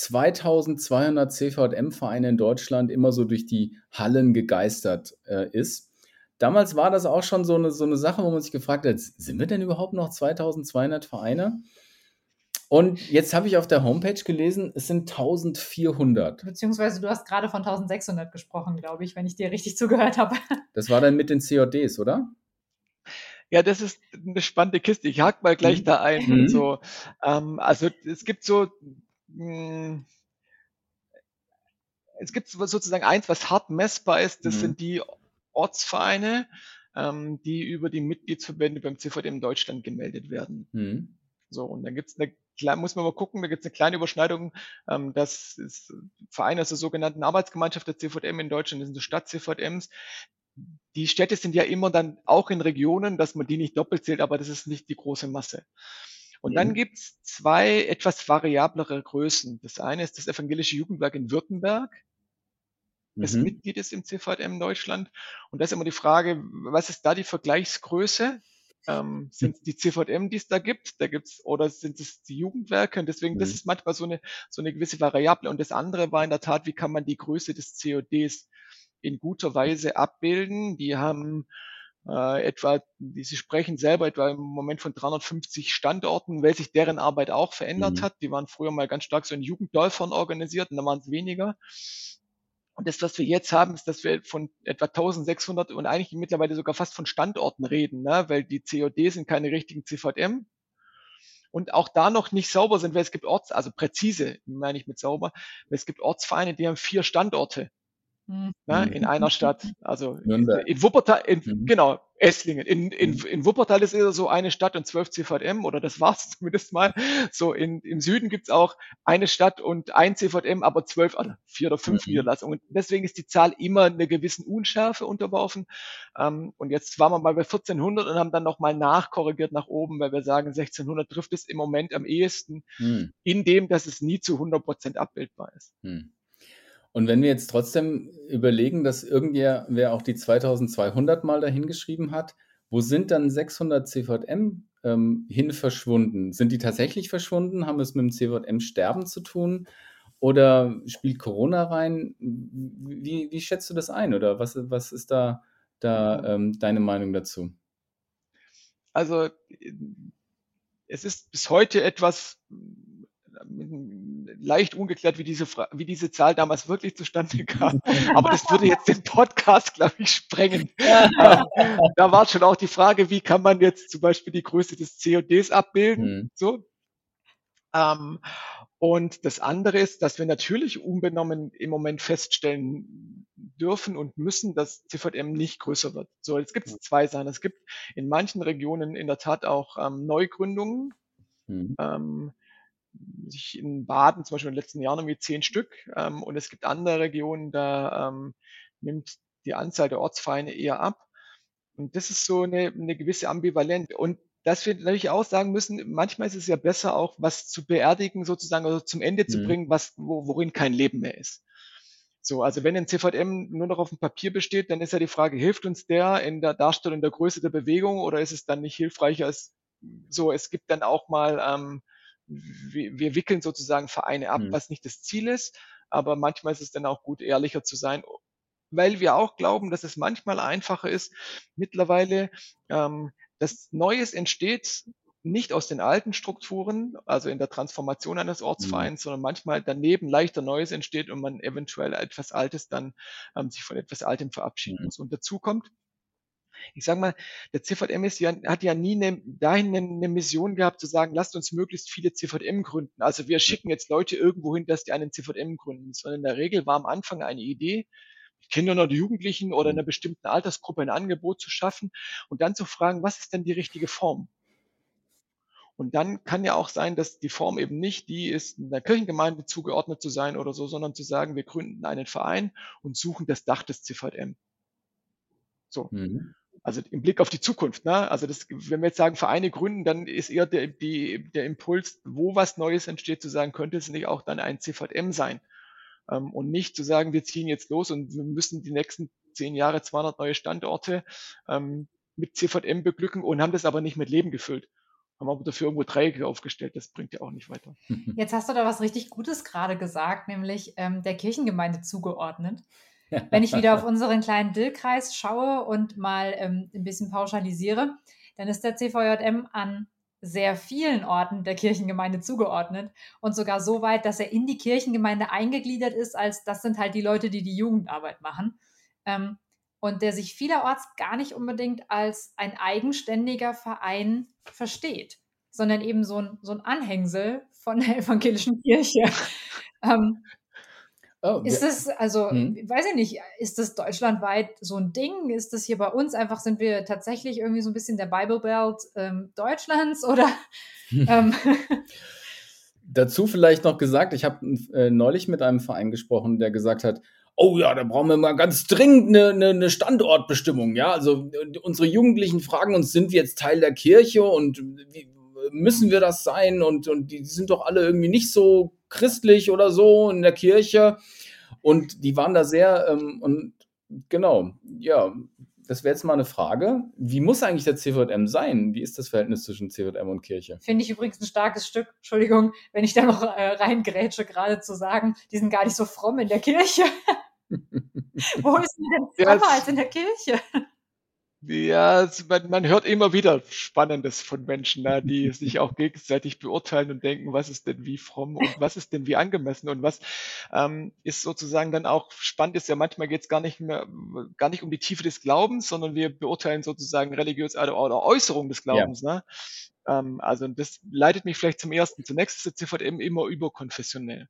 zweitausendzweihundert C V M-Vereine in Deutschland immer so durch die Hallen gegeistert äh, ist. damals war das auch schon so eine, so eine Sache, wo man sich gefragt hat, sind wir denn überhaupt noch zweitausendzweihundert Vereine? Und jetzt habe ich auf der Homepage gelesen, es sind eintausendvierhundert. Beziehungsweise du hast gerade von eintausendsechshundert gesprochen, glaube ich, wenn ich dir richtig zugehört habe. Das war dann mit den C J Ds, oder? Ja, das ist eine spannende Kiste. Ich hake mal gleich Mhm. da ein. Mhm. So, ähm, also es gibt so, mh, es gibt so- sozusagen eins, was hart messbar ist. Das Mhm. sind die Ortsvereine, ähm, die über die Mitgliedsverbände beim C V D in Deutschland gemeldet werden. Mhm. So, und dann gibt's eine kleine, muss man mal gucken, da gibt's eine kleine Überschneidung. Ähm, das ist Vereine aus der sogenannten Arbeitsgemeinschaft der C V D M in Deutschland, das sind so Stadt-C V D Ms. Die Städte sind ja immer dann auch in Regionen, dass man die nicht doppelt zählt, aber das ist nicht die große Masse. Und dann Mhm. gibt's zwei etwas variablere Größen. Das eine ist das Evangelische Jugendwerk in Württemberg, das Mhm. Mitglied ist im C V D M in Deutschland. Und da ist immer die Frage, was ist da die Vergleichsgröße? Ähm, sind es die C V D M, die es da gibt? Da gibt's, oder sind es die Jugendwerke? Und deswegen, das Mhm. ist manchmal so eine, so eine gewisse Variable. Und das andere war in der Tat, wie kann man die Größe des C O Ds in guter Weise abbilden? Die haben äh, etwa, die sie sprechen selber etwa im Moment von dreihundertfünfzig Standorten, weil sich deren Arbeit auch verändert Mhm. hat. Die waren früher mal ganz stark so in Jugenddörfern organisiert und dann waren es weniger. Und das, was wir jetzt haben, ist, dass wir von etwa eintausendsechshundert und eigentlich mittlerweile sogar fast von Standorten reden, ne? Weil die C O D sind keine richtigen C V D M und auch da noch nicht sauber sind, weil es gibt Orts, also präzise meine ich mit sauber, weil es gibt Ortsvereine, die haben vier Standorte. Hm. Ne, Mhm. in einer Stadt. Also Nürnberg. in Wuppertal, in, Mhm. genau, Esslingen. In, in, Mhm. in Wuppertal ist eher so eine Stadt und zwölf C V D M, oder das war's zumindest mal. So in, im Süden gibt's auch eine Stadt und ein C V D M, aber zwölf, also vier oder fünf Mhm. Niederlassungen. Deswegen ist die Zahl immer einer gewissen Unschärfe unterworfen. Ähm, und jetzt waren wir mal bei vierzehnhundert und haben dann nochmal nachkorrigiert nach oben, weil wir sagen, sechzehnhundert trifft es im Moment am ehesten, Mhm. in dem, dass es nie zu hundert Prozent abbildbar ist. Mhm. Und wenn wir jetzt trotzdem überlegen, dass irgendwer wer auch die zweitausendzweihundert mal dahingeschrieben hat, wo sind dann sechshundert C V D M ähm, hin verschwunden? Sind die tatsächlich verschwunden? Haben es mit dem C V D M-Sterben zu tun? Oder spielt Corona rein? Wie, wie schätzt du das ein? Oder was, was ist da, da ähm, deine Meinung dazu? Also es ist bis heute etwas leicht ungeklärt, wie diese, Fra wie diese Zahl damals wirklich zustande kam. Aber das würde jetzt den Podcast, glaube ich, sprengen. ähm, da war schon auch die Frage, wie kann man jetzt zum Beispiel die Größe des C O Ds abbilden? Hm. So. Ähm, und das andere ist, dass wir natürlich unbenommen im Moment feststellen dürfen und müssen, dass C V D M nicht größer wird. So, jetzt gibt es zwei Sachen. Es gibt in manchen Regionen in der Tat auch ähm, Neugründungen. Hm. Ähm, sich in Baden zum Beispiel in den letzten Jahren irgendwie zehn Stück. Ähm, und es gibt andere Regionen, da ähm, nimmt die Anzahl der Ortsvereine eher ab. Und das ist so eine, eine gewisse Ambivalenz. Und dass wir natürlich auch sagen müssen, manchmal ist es ja besser, auch was zu beerdigen, sozusagen, also zum Ende zu Hm. bringen, was, wo, worin kein Leben mehr ist. So, also wenn ein C V D M nur noch auf dem Papier besteht, dann ist ja die Frage, hilft uns der in der Darstellung der Größe der Bewegung oder ist es dann nicht hilfreicher als so, es gibt dann auch mal, ähm, wir, wir wickeln sozusagen Vereine ab, Hm. was nicht das Ziel ist, aber manchmal ist es dann auch gut, ehrlicher zu sein, weil wir auch glauben, dass es manchmal einfacher ist, mittlerweile, ähm, dass Neues entsteht, nicht aus den alten Strukturen, also in der Transformation eines Hm. Ortsvereins, sondern manchmal daneben leichter Neues entsteht und man eventuell etwas Altes dann ähm, sich von etwas Altem verabschieden Hm. muss. Und dazu kommt, ich sage mal, der C V D M ist ja, hat ja nie eine, dahin eine, eine Mission gehabt, zu sagen, lasst uns möglichst viele C V D M gründen. Also wir schicken jetzt Leute irgendwo hin, dass die einen C V D M gründen, sondern in der Regel war am Anfang eine Idee, Kindern oder Jugendlichen oder Hm. einer bestimmten Altersgruppe ein Angebot zu schaffen und dann zu fragen, was ist denn die richtige Form? Und dann kann ja auch sein, dass die Form eben nicht die ist, einer Kirchengemeinde zugeordnet zu sein oder so, sondern zu sagen, wir gründen einen Verein und suchen das Dach des C V D M. So. Hm. Also im Blick auf die Zukunft. Ne? Also das, wenn wir jetzt sagen, Vereine gründen, dann ist eher der, die, der Impuls, wo was Neues entsteht, zu sagen, könnte es nicht auch dann ein C V D M sein? Ähm, und nicht zu sagen, wir ziehen jetzt los und wir müssen die nächsten zehn Jahre zweihundert neue Standorte ähm, mit C V D M beglücken und haben das aber nicht mit Leben gefüllt. Haben aber dafür irgendwo Dreiecke aufgestellt. Das bringt ja auch nicht weiter. Jetzt hast du da was richtig Gutes gerade gesagt, nämlich ähm, der Kirchengemeinde zugeordnet. Wenn ich wieder auf unseren kleinen Dill-Kreis schaue und mal ähm, ein bisschen pauschalisiere, dann ist der C V J M an sehr vielen Orten der Kirchengemeinde zugeordnet und sogar so weit, dass er in die Kirchengemeinde eingegliedert ist, als das sind halt die Leute, die die Jugendarbeit machen. Ähm, und der sich vielerorts gar nicht unbedingt als ein eigenständiger Verein versteht, sondern eben so ein, so ein Anhängsel von der evangelischen Kirche. ähm, Oh, ist wir, das, also, hm. weiß ich nicht, ist das deutschlandweit so ein Ding? Ist das hier bei uns einfach, sind wir tatsächlich irgendwie so ein bisschen der Bible Belt ähm, Deutschlands oder? ähm, Dazu vielleicht noch gesagt, ich habe äh, neulich mit einem Verein gesprochen, der gesagt hat, oh ja, da brauchen wir mal ganz dringend eine, eine, eine Standortbestimmung. Ja, also äh, unsere Jugendlichen fragen uns, sind wir jetzt Teil der Kirche und wie müssen wir das sein? Und, und die sind doch alle irgendwie nicht so christlich oder so in der Kirche. Und die waren da sehr, ähm, und genau, ja, das wäre jetzt mal eine Frage. Wie muss eigentlich der C V J M sein? Wie ist das Verhältnis zwischen C V J M und Kirche? Finde ich übrigens ein starkes Stück, Entschuldigung, wenn ich da noch äh, reingrätsche, gerade zu sagen, die sind gar nicht so fromm in der Kirche. Wo ist denn denn Ja, frommer es- als in der Kirche? Ja, es, man, man hört immer wieder Spannendes von Menschen, ne, die sich auch gegenseitig beurteilen und denken, was ist denn wie fromm und was ist denn wie angemessen und was ähm, ist sozusagen dann auch spannend ist ja manchmal geht es gar nicht mehr, gar nicht um die Tiefe des Glaubens, sondern wir beurteilen sozusagen religiös oder, oder Äußerung des Ja. Glaubens. Ne? Ähm, also das leitet mich vielleicht zum ersten. Zunächst ist der C V M immer überkonfessionell.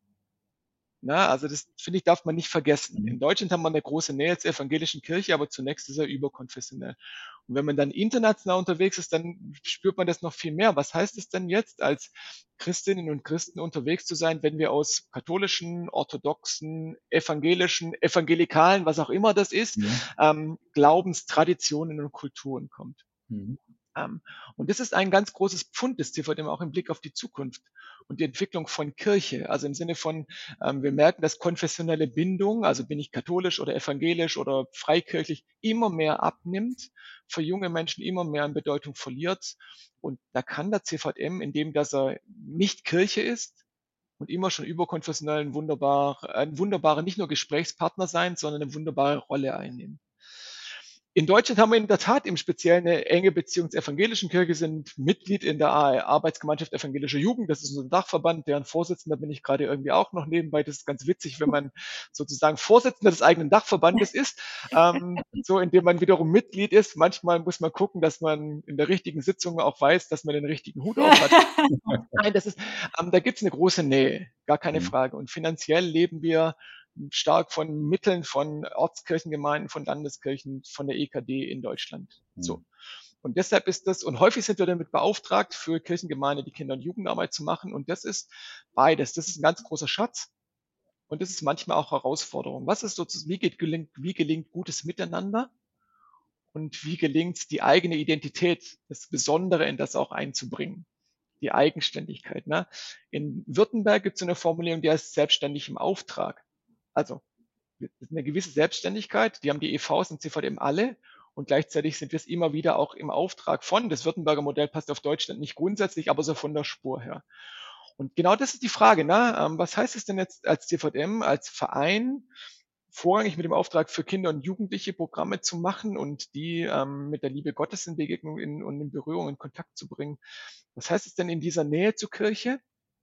Na, also das finde ich, darf man nicht vergessen. In Deutschland haben wir eine große Nähe zur evangelischen Kirche, aber zunächst ist er überkonfessionell. Und wenn man dann international unterwegs ist, dann spürt man das noch viel mehr. Was heißt es denn jetzt, als Christinnen und Christen unterwegs zu sein, wenn wir aus katholischen, orthodoxen, evangelischen, evangelikalen, was auch immer das ist, Mhm. ähm, Glaubenstraditionen und Kulturen kommt? Mhm. Ähm, und das ist ein ganz großes Pfund des C V M auch im Blick auf die Zukunft und die Entwicklung von Kirche. Also im Sinne von, ähm, wir merken, dass konfessionelle Bindung, also bin ich katholisch oder evangelisch oder freikirchlich, immer mehr abnimmt, für junge Menschen immer mehr an Bedeutung verliert. Und da kann der C V M, indem dass er nicht Kirche ist und immer schon überkonfessionell ein wunderbar, ein wunderbarer nicht nur Gesprächspartner sein, sondern eine wunderbare Rolle einnehmen. In Deutschland haben wir in der Tat im Speziellen eine enge Beziehung zur evangelischen Kirche, sind Mitglied in der Arbeitsgemeinschaft Evangelische Jugend. Das ist unser Dachverband, deren Vorsitzender bin ich gerade irgendwie auch noch nebenbei. Das ist ganz witzig, wenn man sozusagen Vorsitzender des eigenen Dachverbandes ist, ähm, so indem man wiederum Mitglied ist. Manchmal muss man gucken, dass man in der richtigen Sitzung auch weiß, dass man den richtigen Hut auf hat. Nein, das ist, ähm, da gibt es eine große Nähe, gar keine Mhm. Frage. Und finanziell leben wir stark von Mitteln von Ortskirchengemeinden, von Landeskirchen, von der E K D in Deutschland. So. Mhm. Und deshalb ist das, und häufig sind wir damit beauftragt, für Kirchengemeinde die Kinder- und Jugendarbeit zu machen. Und das ist beides. Das ist ein ganz großer Schatz. Und das ist manchmal auch Herausforderung. Was ist sozusagen, wie, geht, gelingt, wie gelingt gutes Miteinander? Und wie gelingt es, die eigene Identität, das Besondere in das auch einzubringen? Die Eigenständigkeit. Ne? In Württemberg gibt es eine Formulierung, die heißt selbstständig im Auftrag. Also eine gewisse Selbstständigkeit, die haben die E Vs und C V M alle und gleichzeitig sind wir es immer wieder auch im Auftrag von. Das Württemberger Modell passt auf Deutschland nicht grundsätzlich, aber so von der Spur her. Und genau das ist die Frage, ne? Was heißt es denn jetzt als C V M, als Verein, vorrangig mit dem Auftrag für Kinder und Jugendliche Programme zu machen und die ähm, mit der Liebe Gottes in Begegnung in, und in Berührung, in Kontakt zu bringen? Was heißt es denn in dieser Nähe zur Kirche?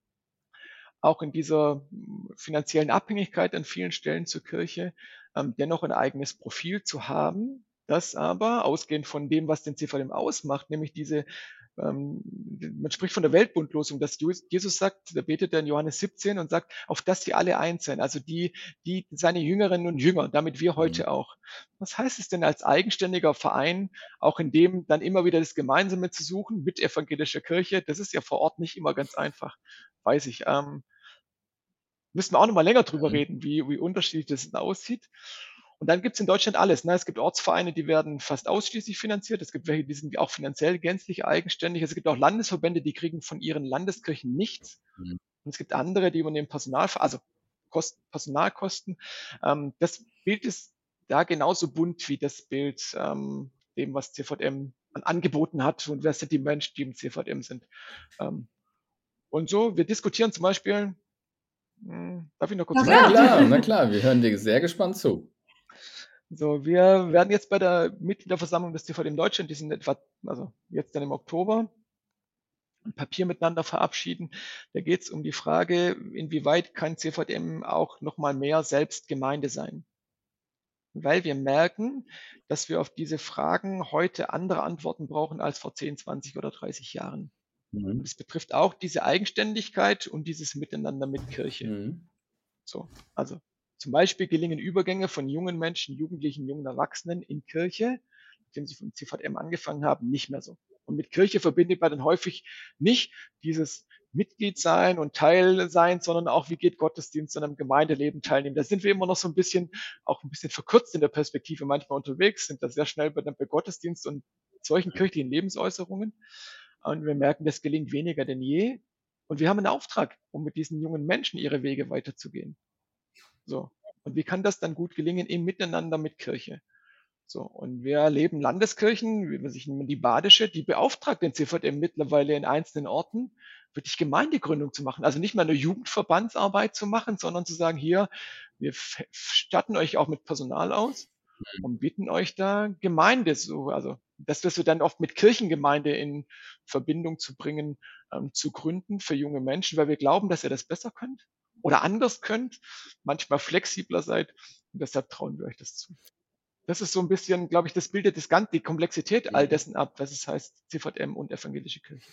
Auch in dieser finanziellen Abhängigkeit an vielen Stellen zur Kirche, ähm, dennoch ein eigenes Profil zu haben, das aber, ausgehend von dem, was den C V M ausmacht, nämlich diese, ähm, man spricht von der Weltbundlosung, dass Jesus sagt, da betet er in Johannes siebzehn und sagt, auf dass sie alle eins sind, also die, die seine Jüngerinnen und Jünger, damit wir heute Mhm. auch. Was heißt es denn als eigenständiger Verein, auch in dem dann immer wieder das Gemeinsame zu suchen mit evangelischer Kirche? Das ist ja vor Ort nicht immer ganz einfach, weiß ich. Ähm, Müssen wir auch noch mal länger drüber Mhm. reden, wie, wie unterschiedlich das aussieht. Und dann gibt es in Deutschland alles. Ne? Es gibt Ortsvereine, die werden fast ausschließlich finanziert. Es gibt welche, die sind auch finanziell gänzlich eigenständig. Es gibt auch Landesverbände, die kriegen von ihren Landeskirchen nichts. Mhm. Und es gibt andere, die übernehmen Personal, also Kosten, Personalkosten. Ähm, das Bild ist da genauso bunt wie das Bild ähm, dem, was C V M an Angeboten hat und wer sind die Menschen, die im C V M sind. Ähm, und so, wir diskutieren zum Beispiel, hm, darf ich noch kurz Na Na weiter? klar. klar, na klar, wir hören dir sehr gespannt zu. So, wir werden jetzt bei der Mitgliederversammlung des C V D M Deutschland, die sind etwa, also jetzt dann im Oktober, ein Papier miteinander verabschieden. Da geht es um die Frage, inwieweit kann C V D M auch nochmal mehr selbst Gemeinde sein? Weil wir merken, dass wir auf diese Fragen heute andere Antworten brauchen als vor zehn, zwanzig oder dreißig Jahren. Mhm. Und es betrifft auch diese Eigenständigkeit und dieses Miteinander mit Kirche. Mhm. So, also zum Beispiel gelingen Übergänge von jungen Menschen, Jugendlichen, jungen Erwachsenen in Kirche, nachdem sie vom C V M angefangen haben, nicht mehr so. Und mit Kirche verbindet man dann häufig nicht dieses Mitglied sein und Teil sein, sondern auch, wie geht Gottesdienst an einem Gemeindeleben teilnehmen. Da sind wir immer noch so ein bisschen, auch ein bisschen verkürzt in der Perspektive manchmal unterwegs, sind da sehr schnell bei, bei Gottesdienst und solchen kirchlichen Lebensäußerungen. Und wir merken, das gelingt weniger denn je. Und wir haben einen Auftrag, um mit diesen jungen Menschen ihre Wege weiterzugehen. So. Und wie kann das dann gut gelingen im Miteinander mit Kirche? So. Und wir erleben Landeskirchen, wie man sich nennen, die Badische, die beauftragt den C V M mittlerweile in einzelnen Orten, wirklich Gemeindegründung zu machen. Also nicht mal eine Jugendverbandsarbeit zu machen, sondern zu sagen, hier, wir statten euch auch mit Personal aus und bieten euch da Gemeinde so, also das, was wir dann oft mit Kirchengemeinde in Verbindung zu bringen, ähm, zu gründen für junge Menschen, weil wir glauben, dass ihr das besser könnt oder anders könnt, manchmal flexibler seid und deshalb trauen wir euch das zu. Das ist so ein bisschen, glaube ich, das bildet das Ganze, die Komplexität all dessen ab, was es heißt, C V M und evangelische Kirche.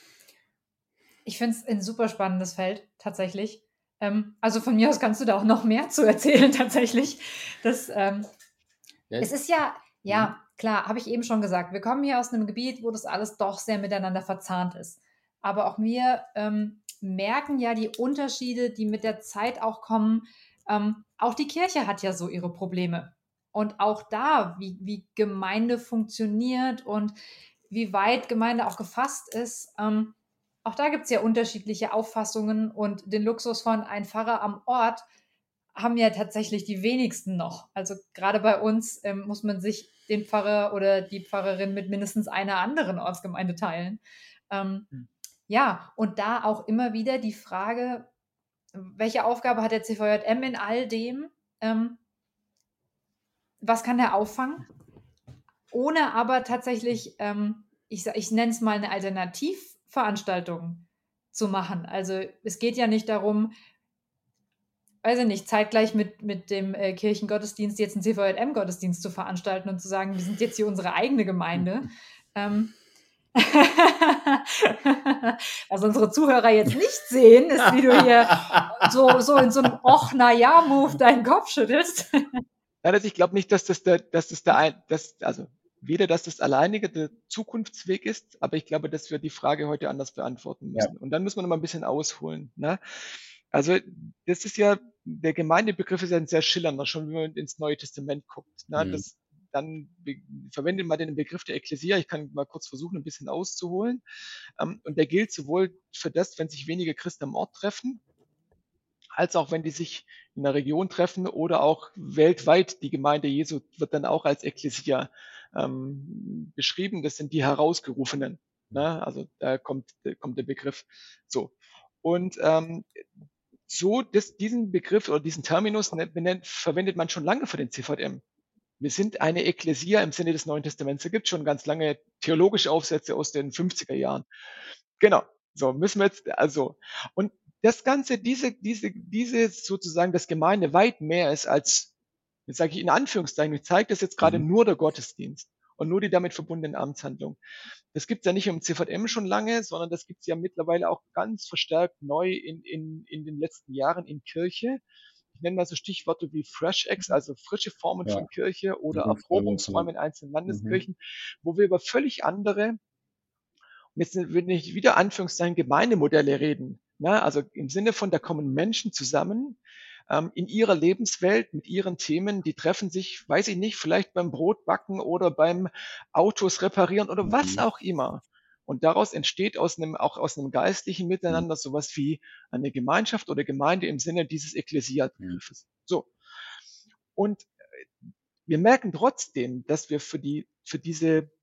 Ich finde es ein super spannendes Feld, tatsächlich. Ähm, also von mir aus kannst du da auch noch mehr zu erzählen, tatsächlich. Das, ähm, Ja, es ist ja, ja, klar, habe ich eben schon gesagt, wir kommen hier aus einem Gebiet, wo das alles doch sehr miteinander verzahnt ist. Aber auch wir ähm, merken ja die Unterschiede, die mit der Zeit auch kommen. Ähm, auch die Kirche hat ja so ihre Probleme. Und auch da, wie, wie Gemeinde funktioniert und wie weit Gemeinde auch gefasst ist, ähm, auch da gibt es ja unterschiedliche Auffassungen und den Luxus von ein Pfarrer am Ort haben ja tatsächlich die wenigsten noch. Also gerade bei uns ähm, muss man sich den Pfarrer oder die Pfarrerin mit mindestens einer anderen Ortsgemeinde teilen. Ähm, Hm. Ja, und da auch immer wieder die Frage, welche Aufgabe hat der C V J M in all dem? Ähm, was kann der auffangen? Ohne aber tatsächlich, ähm, ich, ich nenne es mal eine Alternativveranstaltung zu machen. Also es geht ja nicht darum, weiß ich nicht, zeitgleich mit, mit dem äh, Kirchengottesdienst jetzt einen C V J M-Gottesdienst zu veranstalten und zu sagen, wir sind jetzt hier unsere eigene Gemeinde. Ähm, was unsere Zuhörer jetzt nicht sehen, ist, wie du hier so, so in so einem Och, na ja, Move deinen Kopf schüttelst. Nein, also ich glaube nicht, dass das der, dass das der, ein, das, also weder, dass das alleinige der Zukunftsweg ist, aber ich glaube, dass wir die Frage heute anders beantworten müssen. Ja. Und dann muss man noch mal ein bisschen ausholen. Ne? Also das ist ja, der Gemeindebegriff ist ja ein sehr schillernder, schon wenn man ins Neue Testament guckt. Ne? Mhm. Das, dann verwendet man den Begriff der Ekklesia. Ich kann mal kurz versuchen, ein bisschen auszuholen. Ähm, und der gilt sowohl für das, wenn sich wenige Christen am Ort treffen, als auch wenn die sich in der Region treffen oder auch weltweit. Die Gemeinde Jesu wird dann auch als Ekklesia ähm, beschrieben. Das sind die Herausgerufenen. Ne? Also da kommt, da kommt der Begriff so. Und ähm, so das, diesen Begriff oder diesen Terminus benennt, verwendet man schon lange für den C V M. Wir sind eine Ekklesia im Sinne des Neuen Testaments. Da gibt es schon ganz lange theologische Aufsätze aus den fünfziger Jahren. Genau. So müssen wir jetzt, also, und das Ganze, diese, diese, diese sozusagen das Gemeinde weit mehr ist als, jetzt sage ich in Anführungszeichen, ich zeige das jetzt gerade mhm. nur der Gottesdienst und nur die damit verbundenen Amtshandlungen. Das gibt es ja nicht im C V M schon lange, sondern das gibt es ja mittlerweile auch ganz verstärkt neu in, in, in den letzten Jahren in Kirche. Ich nenne mal so Stichworte wie Fresh Acts, also frische Formen ja. von Kirche oder Erprobungsräume in einzelnen Landeskirchen, mhm. wo wir über völlig andere, und jetzt will ich wieder Anführungszeichen Gemeindemodelle reden. Ne? Also im Sinne von, da kommen Menschen zusammen ähm, in ihrer Lebenswelt mit ihren Themen, die treffen sich, weiß ich nicht, vielleicht beim Brotbacken oder beim Autos reparieren oder was auch immer. Und daraus entsteht aus einem, auch aus einem geistlichen Miteinander sowas wie eine Gemeinschaft oder Gemeinde im Sinne dieses Ekklesia-Begriffes. So. Und wir merken trotzdem, dass wir für die, für diese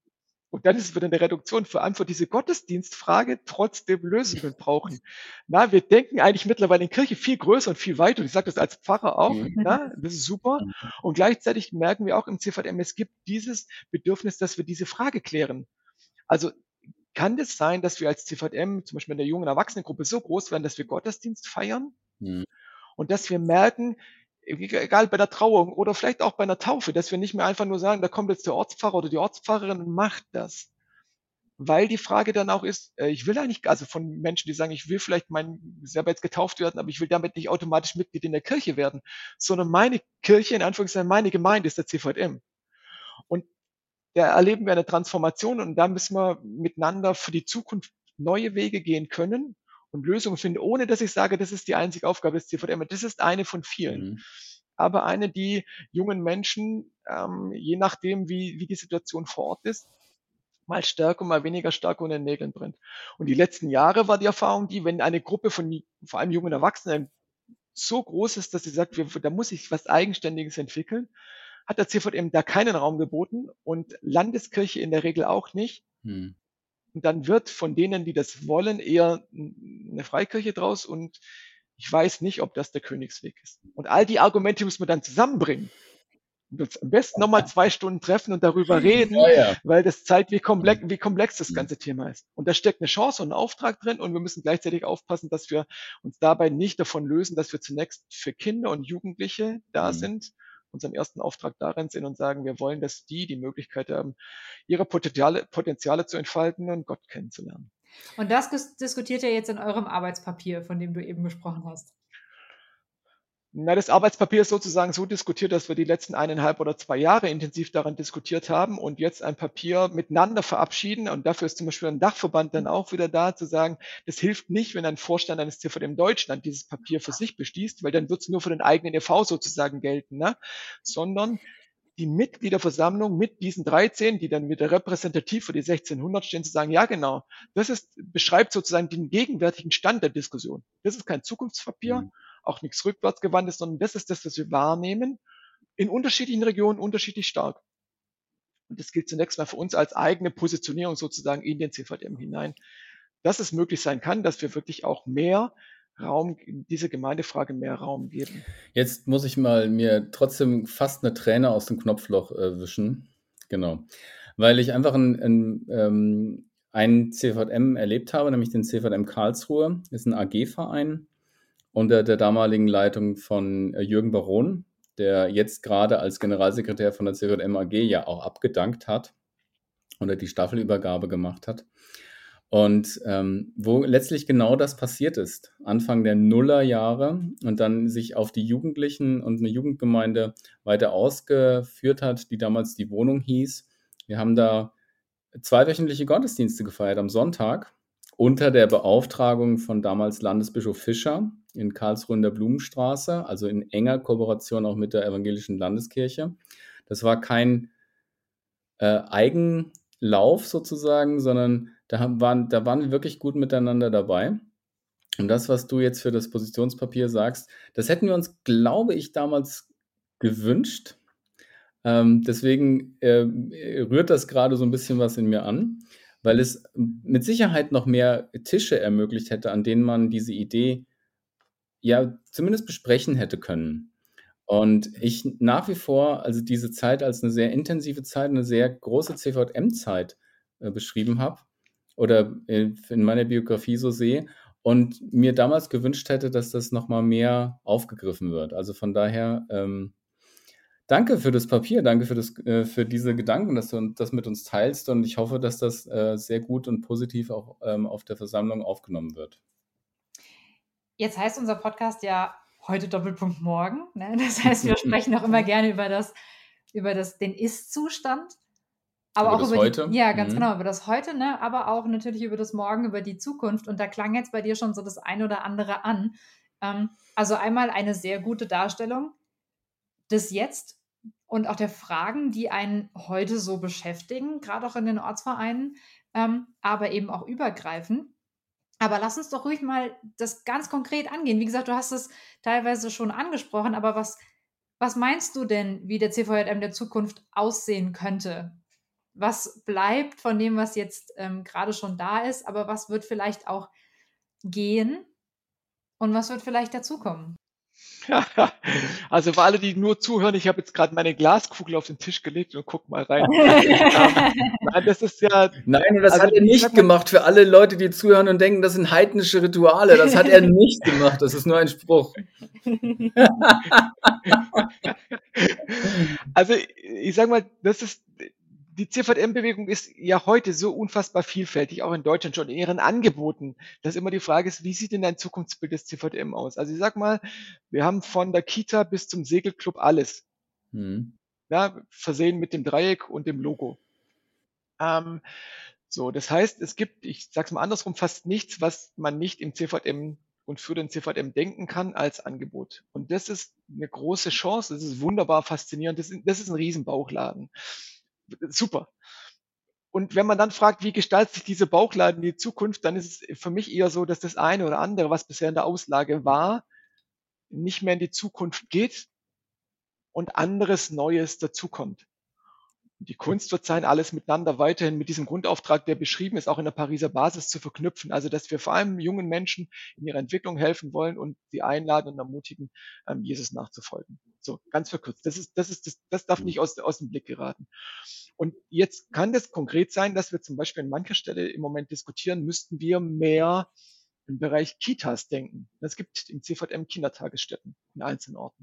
Und dann ist es wieder eine Reduktion, vor allem für diese Gottesdienstfrage trotzdem Lösungen brauchen. Na, wir denken eigentlich mittlerweile in Kirche viel größer und viel weiter. Und ich sage das als Pfarrer auch. Mhm. Na, das ist super. Mhm. Und gleichzeitig merken wir auch im C V M, es gibt dieses Bedürfnis, dass wir diese Frage klären. Also kann es sein, dass wir als C V M, zum Beispiel in der jungen Erwachsenengruppe, so groß werden, dass wir Gottesdienst feiern Mhm. und dass wir merken, egal bei der Trauung oder vielleicht auch bei einer Taufe, dass wir nicht mehr einfach nur sagen, da kommt jetzt der Ortspfarrer oder die Ortspfarrerin und macht das. Weil die Frage dann auch ist, äh, ich will eigentlich, also von Menschen, die sagen, ich will vielleicht mein, selber jetzt getauft werden, aber ich will damit nicht automatisch Mitglied in der Kirche werden, sondern meine Kirche, in Anführungszeichen, meine Gemeinde ist der C V M. Und da erleben wir eine Transformation und da müssen wir miteinander für die Zukunft neue Wege gehen können und Lösungen finden, ohne dass ich sage, das ist die einzige Aufgabe des C V M. Das ist eine von vielen. Mhm. Aber eine, die jungen Menschen, ähm, je nachdem, wie, wie die Situation vor Ort ist, mal stärker, mal weniger stark unter den Nägeln brennt. Und die letzten Jahre war die Erfahrung die, wenn eine Gruppe von vor allem jungen Erwachsenen so groß ist, dass sie sagt, wir, da muss ich was Eigenständiges entwickeln, hat der C V M da keinen Raum geboten und Landeskirche in der Regel auch nicht. Mhm. Und dann wird von denen, die das wollen, eher eine Freikirche draus und ich weiß nicht, ob das der Königsweg ist. Und all die Argumente muss man dann zusammenbringen und uns am besten nochmal zwei Stunden treffen und darüber reden, Ja, ja. weil das zeigt, wie komplex, Mhm. wie komplex das Mhm. ganze Thema ist. Und da steckt eine Chance und ein Auftrag drin und wir müssen gleichzeitig aufpassen, dass wir uns dabei nicht davon lösen, dass wir zunächst für Kinder und Jugendliche da Mhm. sind, unseren ersten Auftrag darin sehen und sagen, wir wollen, dass die die Möglichkeit haben, ihre Potenziale, Potenziale zu entfalten und Gott kennenzulernen. Und das ges- diskutiert ihr jetzt in eurem Arbeitspapier, von dem du eben gesprochen hast. Na, das Arbeitspapier ist sozusagen so diskutiert, dass wir die letzten eineinhalb oder zwei Jahre intensiv daran diskutiert haben und jetzt ein Papier miteinander verabschieden. Und dafür ist zum Beispiel ein Dachverband dann auch wieder da, zu sagen, das hilft nicht, wenn ein Vorstand eines C V M Deutschland dieses Papier für sich beschließt, weil dann wird es nur für den eigenen E V sozusagen gelten, ne? Sondern die Mitgliederversammlung mit diesen dreizehn, die dann wieder repräsentativ für die sechzehnhundert stehen, zu sagen, ja genau, das ist, beschreibt sozusagen den gegenwärtigen Stand der Diskussion. Das ist kein Zukunftspapier, Mhm. auch nichts rückwärtsgewandtes, sondern das ist das, was wir wahrnehmen, in unterschiedlichen Regionen unterschiedlich stark. Und das gilt zunächst mal für uns als eigene Positionierung sozusagen in den C V M hinein, dass es möglich sein kann, dass wir wirklich auch mehr Raum, diese Gemeindefrage mehr Raum geben. Jetzt muss ich mal mir trotzdem fast eine Träne aus dem Knopfloch äh, wischen. Genau. Weil ich einfach ein, ein, ähm, einen C V M erlebt habe, nämlich den C V M Karlsruhe. Das ist ein A G-Verein unter der damaligen Leitung von äh, Jürgen Baron, der jetzt gerade als Generalsekretär von der C V M A G ja auch abgedankt hat oder die Staffelübergabe gemacht hat. Und ähm, wo letztlich genau das passiert ist, Anfang der Nullerjahre und dann sich auf die Jugendlichen und eine Jugendgemeinde weiter ausgeführt hat, die damals die Wohnung hieß. Wir haben da zweiwöchentliche Gottesdienste gefeiert am Sonntag unter der Beauftragung von damals Landesbischof Fischer in Karlsruhe in der Blumenstraße, also in enger Kooperation auch mit der Evangelischen Landeskirche. Das war kein äh, Eigenlauf sozusagen, sondern da haben- waren, da waren wir wirklich gut miteinander dabei. Und das, was du jetzt für das Positionspapier sagst, das hätten wir uns, glaube ich, damals gewünscht. Ähm, deswegen äh, rührt das gerade so ein bisschen was in mir an, weil es mit Sicherheit noch mehr Tische ermöglicht hätte, an denen man diese Idee ja zumindest besprechen hätte können. Und ich nach wie vor, also diese Zeit als eine sehr intensive Zeit, eine sehr große C V M-Zeit äh, beschrieben habe oder äh, in meiner Biografie so sehe und mir damals gewünscht hätte, dass das nochmal mehr aufgegriffen wird. Also von daher, ähm, danke für das Papier, danke für, das, äh, für diese Gedanken, dass du das mit uns teilst und ich hoffe, dass das äh, sehr gut und positiv auch ähm, auf der Versammlung aufgenommen wird. Jetzt heißt unser Podcast ja heute Doppelpunkt morgen. Ne? Das heißt, wir sprechen auch immer gerne über das, über das, den Ist-Zustand. Aber Über auch das über Heute? die, ja, ganz Mhm. genau, über das Heute, ne? Aber auch natürlich über das Morgen, über die Zukunft. Und da klang jetzt bei dir schon so das eine oder andere an. Ähm, also einmal eine sehr gute Darstellung des Jetzt und auch der Fragen, die einen heute so beschäftigen, gerade auch in den Ortsvereinen, ähm, aber eben auch übergreifend. Aber lass uns doch ruhig mal das ganz konkret angehen. Wie gesagt, du hast es teilweise schon angesprochen, aber was, was meinst du denn, wie der C V M der Zukunft aussehen könnte? was bleibt von dem, was jetzt ähm, gerade schon da ist, aber was wird vielleicht auch gehen und was wird vielleicht dazukommen? Also für alle, die nur zuhören, ich habe jetzt gerade meine Glaskugel auf den Tisch gelegt und guck mal rein. ähm, nein, das ist ja. Nein, das also hat er ich nicht sag mal, gemacht. Für alle Leute, die zuhören und denken, das sind heidnische Rituale. Das hat er nicht gemacht. Das ist nur ein Spruch. Also ich sag mal, das ist die C V M-Bewegung ist ja heute so unfassbar vielfältig, auch in Deutschland schon in ihren Angeboten, dass immer die Frage ist, wie sieht denn ein Zukunftsbild des C V M aus? Also ich sag mal, wir haben von der Kita bis zum Segelclub alles, Hm. ja, versehen mit dem Dreieck und dem Logo. Ähm, so, das heißt, es gibt, ich sag's mal andersrum, fast nichts, was man nicht im C V M und für den C V M denken kann als Angebot. Und das ist eine große Chance, das ist wunderbar faszinierend, das ist, das ist ein Riesenbauchladen. Super. Und wenn man dann fragt, wie gestaltet sich dieser Bauchladen in die Zukunft, dann ist es für mich eher so, dass das eine oder andere, was bisher in der Auslage war, nicht mehr in die Zukunft geht und anderes Neues dazukommt. Die Kunst wird sein, alles miteinander weiterhin mit diesem Grundauftrag, der beschrieben ist, auch in der Pariser Basis zu verknüpfen. Also, dass wir vor allem jungen Menschen in ihrer Entwicklung helfen wollen und sie einladen und ermutigen, ähm, Jesus nachzufolgen. So, ganz verkürzt. Das ist, das ist, das, das darf nicht aus, aus dem Blick geraten. Und jetzt kann das konkret sein, dass wir zum Beispiel an mancher Stelle im Moment diskutieren, müssten wir mehr im Bereich Kitas denken. Es gibt im C V M Kindertagesstätten in einzelnen Orten.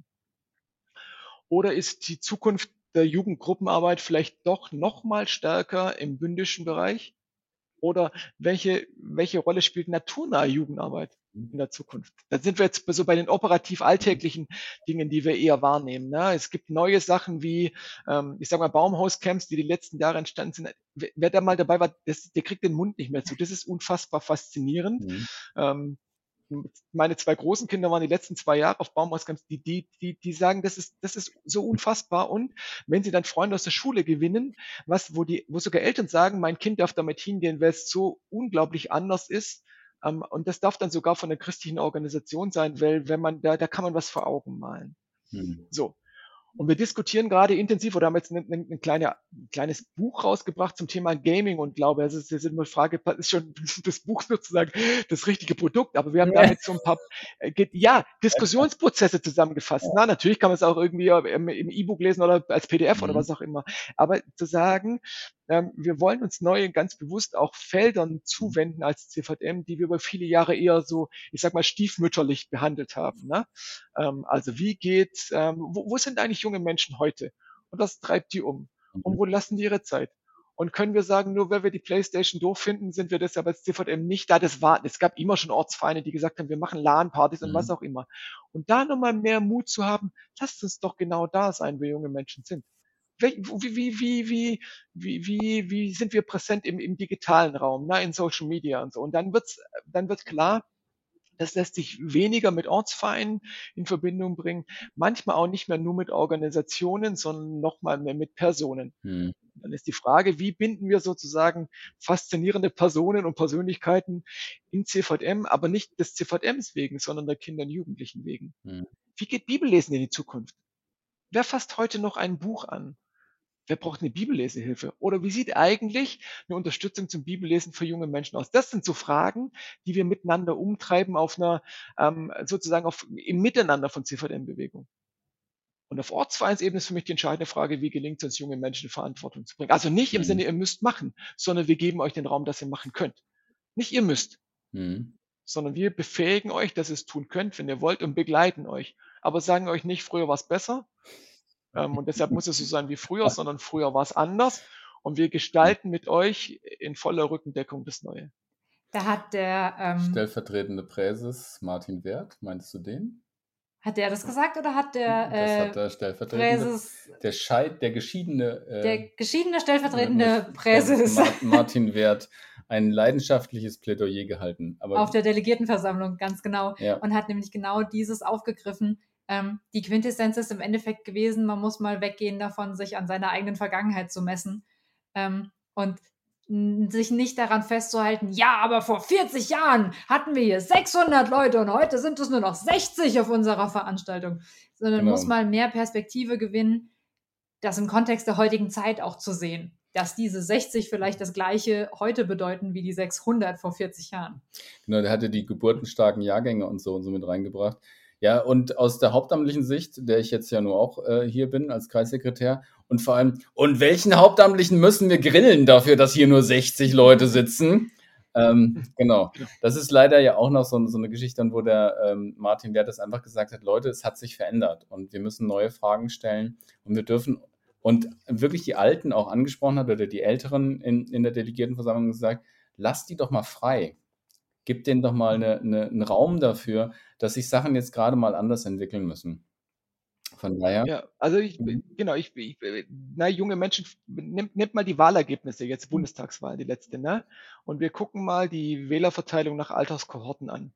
Oder ist die Zukunft der Jugendgruppenarbeit vielleicht doch noch mal stärker im bündischen Bereich? Oder welche, welche Rolle spielt naturnahe Jugendarbeit in der Zukunft? Da sind wir jetzt so bei den operativ alltäglichen Dingen, die wir eher wahrnehmen. Ne? Es gibt neue Sachen wie, ähm, ich sag mal, Baumhauscamps, die die letzten Jahre entstanden sind. Wer, wer da mal dabei war, das, der kriegt den Mund nicht mehr zu. Das ist unfassbar faszinierend. Mhm. Ähm, meine zwei großen Kinder waren die letzten zwei Jahre auf Baumhauscamps, die, die, die, die sagen, das ist, das ist so unfassbar. Und wenn sie dann Freunde aus der Schule gewinnen, was, wo die, wo sogar Eltern sagen, mein Kind darf damit hingehen, weil es so unglaublich anders ist. Ähm, und das darf dann sogar von der christlichen Organisation sein, weil wenn man da, da kann man was vor Augen malen. Mhm. So. Und wir diskutieren gerade intensiv oder haben jetzt ein, ein, ein, kleine, ein kleines Buch rausgebracht zum Thema Gaming und Glaube. Also es ist immer die Frage, ist schon das Buch sozusagen das richtige Produkt, aber wir haben Ja. damit so ein paar, äh, geht- ja, Diskussionsprozesse zusammengefasst. Na, natürlich kann man es auch irgendwie im im E-Book lesen oder als P D F oder Mhm. was auch immer. Aber zu sagen, ähm, wir wollen uns neu ganz bewusst auch Feldern zuwenden als C V M, die wir über viele Jahre eher so, ich sag mal, stiefmütterlich behandelt haben. Ne? Ähm, also wie geht, ähm, wo, wo sind eigentlich junge Menschen heute? Und was treibt die um? Und wo lassen die ihre Zeit? Und können wir sagen, nur weil wir die Playstation doof finden, sind wir deshalb als C V M nicht da? Das war, es gab immer schon Ortsvereine, die gesagt haben, wir machen LAN-Partys und Mhm. was auch immer. Und da nochmal mehr Mut zu haben, lasst uns doch genau da sein, wo junge Menschen sind. Wie, wie, wie, wie, wie, wie, wie sind wir präsent im, im digitalen Raum, ne, in Social Media und so? Und dann wird's, dann wird klar, das lässt sich weniger mit Ortsvereinen in Verbindung bringen, manchmal auch nicht mehr nur mit Organisationen, sondern nochmal mehr mit Personen. Mhm. Dann ist die Frage, wie binden wir sozusagen faszinierende Personen und Persönlichkeiten in C V M, aber nicht des C V Ms wegen, sondern der Kinder und Jugendlichen wegen. Mhm. Wie geht Bibellesen in die Zukunft? Wer fasst heute noch ein Buch an? Wer braucht eine Bibellesehilfe? Oder wie sieht eigentlich eine Unterstützung zum Bibellesen für junge Menschen aus? Das sind so Fragen, die wir miteinander umtreiben auf einer, ähm, sozusagen auf, im Miteinander von C V M-Bewegung. Und auf Ortsvereinsebene ist für mich die entscheidende Frage, wie gelingt es uns, junge Menschen in Verantwortung zu bringen? Also nicht im Mhm. Sinne, ihr müsst machen, sondern wir geben euch den Raum, dass ihr machen könnt. Nicht ihr müsst, Mhm. sondern wir befähigen euch, dass ihr es tun könnt, wenn ihr wollt, und begleiten euch. Aber sagen euch nicht, früher war es besser, ähm, und deshalb muss es so sein wie früher, sondern früher war es anders. Und wir gestalten mit euch in voller Rückendeckung das Neue. Da hat der, ähm, Stellvertretende Präses Martin Wert, meinst du den? hat der das gesagt oder hat der Das hat äh, der stellvertretende, Präses, der Scheid, der geschiedene der äh, geschiedene stellvertretende ich glaube, Präses Mar- Martin Wert ein leidenschaftliches Plädoyer gehalten. Aber auf der Delegiertenversammlung, ganz genau, ja, und hat nämlich genau dieses aufgegriffen. Ähm, die Quintessenz ist im Endeffekt gewesen, man muss mal weggehen davon, sich an seiner eigenen Vergangenheit zu messen ähm, und n- sich nicht daran festzuhalten, ja, aber vor vierzig Jahren hatten wir hier sechshundert Leute und heute sind es nur noch sechzig auf unserer Veranstaltung, sondern genau. muss mal mehr Perspektive gewinnen, das im Kontext der heutigen Zeit auch zu sehen. dass diese sechzig vielleicht das Gleiche heute bedeuten wie die sechshundert vor vierzig Jahren. Genau, der hatte die geburtenstarken Jahrgänge und so und so mit reingebracht. Ja, und aus der hauptamtlichen Sicht, der ich jetzt ja nur auch äh, hier bin als Kreissekretär, und vor allem, und welchen Hauptamtlichen müssen wir grillen dafür, dass hier nur sechzig Leute sitzen? Ähm, genau, das ist leider ja auch noch so, so eine Geschichte, wo der ähm, Martin Wertes einfach gesagt hat, Leute, es hat sich verändert und wir müssen neue Fragen stellen und wir dürfen, und wirklich die Alten auch angesprochen hat oder die Älteren in, in der Delegiertenversammlung gesagt, lasst die doch mal frei. Gib denen doch mal eine, eine, einen Raum dafür, dass sich Sachen jetzt gerade mal anders entwickeln müssen. Von daher. Ja, also ich, Mhm. genau, ich, ich, na, junge Menschen, nimmt, nimmt mal die Wahlergebnisse, jetzt Bundestagswahl, die letzte, ne? Und wir gucken mal die Wählerverteilung nach Alterskohorten an.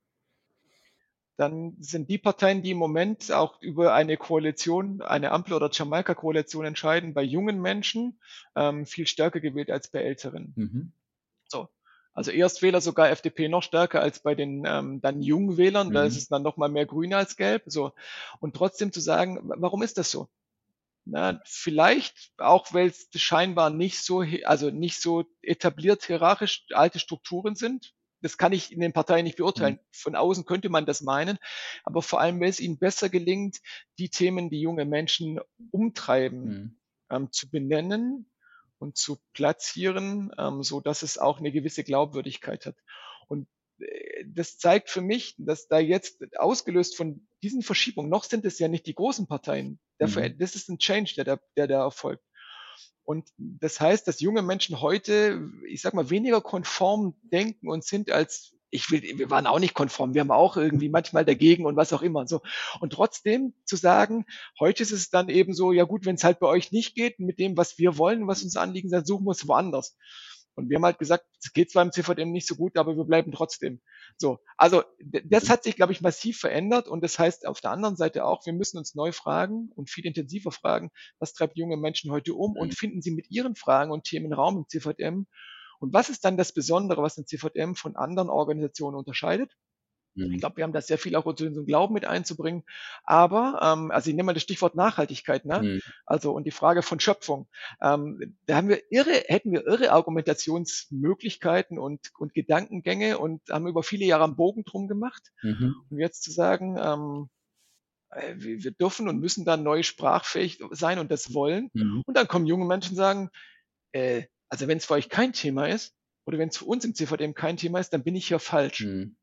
Dann sind die Parteien, die im Moment auch über eine Koalition, eine Ampel- oder Jamaika-Koalition entscheiden, bei jungen Menschen ähm, viel stärker gewählt als bei Älteren. Mhm. So. Also Erstwähler sogar F D P noch stärker als bei den ähm, dann jungen Wählern. Mhm. Da ist es dann noch mal mehr grün als gelb. So. Und trotzdem zu sagen, warum ist das so? Na, vielleicht auch, weil es scheinbar nicht so, also nicht so etabliert hierarchisch alte Strukturen sind. Das kann ich in den Parteien nicht beurteilen. Mhm. Von außen könnte man das meinen, aber vor allem, weil es ihnen besser gelingt, die Themen, die junge Menschen umtreiben, Mhm. ähm, zu benennen und zu platzieren, ähm, so dass es auch eine gewisse Glaubwürdigkeit hat. Und äh, das zeigt für mich, dass da jetzt ausgelöst von diesen Verschiebungen, noch sind es ja nicht die großen Parteien, dafür, Mhm. das ist ein Change, der da, der da erfolgt. Und das heißt, dass junge Menschen heute, ich sag mal, weniger konform denken und sind als ich will, wir waren auch nicht konform, wir haben auch irgendwie manchmal dagegen und was auch immer. So. Und trotzdem zu sagen, heute ist es dann eben so, ja gut, wenn es halt bei euch nicht geht, mit dem, was wir wollen, was uns Anliegen sein, suchen wir es woanders. Und wir haben halt gesagt, es geht zwar im C V M nicht so gut, aber wir bleiben trotzdem. So, also d- das hat sich, glaube ich, massiv verändert und das heißt auf der anderen Seite auch, wir müssen uns neu fragen und viel intensiver fragen, was treibt junge Menschen heute um und finden sie mit ihren Fragen und Themen Raum im C V M? Und was ist dann das Besondere, was den C V M von anderen Organisationen unterscheidet? Ich Mhm. glaube, wir haben da sehr viel auch unseren Glauben mit einzubringen. Aber, ähm, also ich nehme mal das Stichwort Nachhaltigkeit, ne? Mhm. Also und die Frage von Schöpfung. Ähm, da haben wir irre, hätten wir irre Argumentationsmöglichkeiten und, und Gedankengänge und haben über viele Jahre einen Bogen drum gemacht. Mhm. Und jetzt zu sagen, ähm, äh, wir wir dürfen und müssen dann neu sprachfähig sein und das wollen. Mhm. Und dann kommen junge Menschen und sagen, äh, also wenn es für euch kein Thema ist oder wenn es für uns im C V M kein Thema ist, dann bin ich hier falsch. Mhm.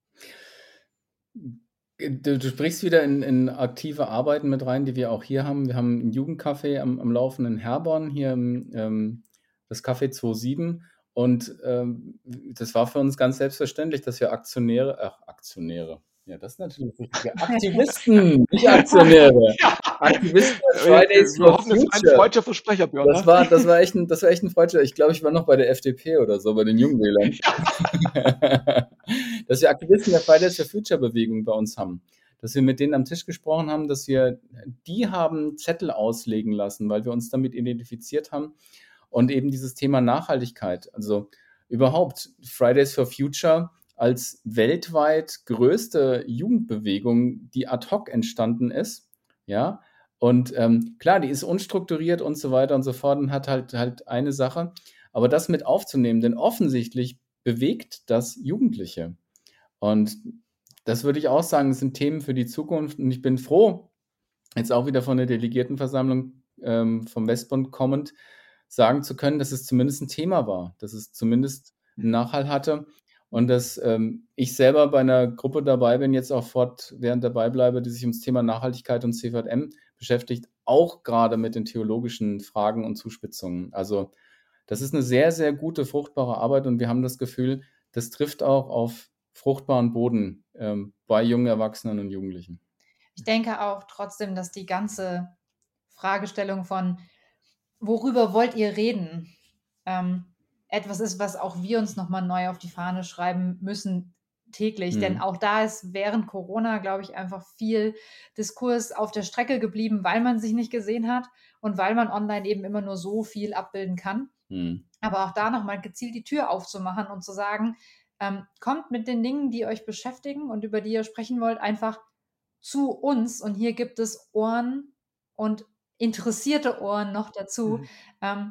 Du, du sprichst wieder in, in aktive Arbeiten mit rein, die wir auch hier haben. Wir haben ein Jugendcafé am, am Laufen in Herborn, hier im, ähm, das Café siebenundzwanzig. Und ähm, das war für uns ganz selbstverständlich, dass wir Aktionäre, ach, Aktionäre, ja, das ist natürlich das Richtige. Aktivisten, nicht Aktionäre. Aktivisten bei Wir, Fridays wir for hoffen, das war ein Future. freudscher Versprecher, Björn. Das Ne? war, das war echt ein, das war echt ein Freudscher. Ich glaube, ich war noch bei der F D P oder so, bei den Jungwählern. Dass wir Aktivisten der Fridays for Future Bewegung bei uns haben. Dass wir mit denen am Tisch gesprochen haben, dass wir, die haben Zettel auslegen lassen, weil wir uns damit identifiziert haben. Und eben dieses Thema Nachhaltigkeit. Also überhaupt Fridays for Future als weltweit größte Jugendbewegung, die ad hoc entstanden ist. Ja, und ähm, klar, die ist unstrukturiert und so weiter und so fort und hat halt, halt eine Sache. Aber das mit aufzunehmen, denn offensichtlich bewegt das Jugendliche. Und das würde ich auch sagen, sind Themen für die Zukunft. Und ich bin froh, jetzt auch wieder von der Delegiertenversammlung ähm, vom Westbund kommend, sagen zu können, dass es zumindest ein Thema war, dass es zumindest einen Nachhall hatte und dass ähm, ich selber bei einer Gruppe dabei bin, jetzt auch fortwährend dabei bleibe, die sich ums Thema Nachhaltigkeit und C V M beschäftigt, auch gerade mit den theologischen Fragen und Zuspitzungen. Also das ist eine sehr, sehr gute, fruchtbare Arbeit und wir haben das Gefühl, das trifft auch auf fruchtbaren Boden ähm, bei jungen Erwachsenen und Jugendlichen. Ich denke auch trotzdem, dass die ganze Fragestellung von, worüber wollt ihr reden, ähm, etwas ist, was auch wir uns nochmal neu auf die Fahne schreiben müssen täglich. Mhm. Denn auch da ist während Corona, glaube ich, einfach viel Diskurs auf der Strecke geblieben, weil man sich nicht gesehen hat und weil man online eben immer nur so viel abbilden kann. Mhm. Aber auch da nochmal gezielt die Tür aufzumachen und zu sagen, ähm, kommt mit den Dingen, die euch beschäftigen und über die ihr sprechen wollt, einfach zu uns. Und hier gibt es Ohren und interessierte Ohren noch dazu, Mhm. ähm,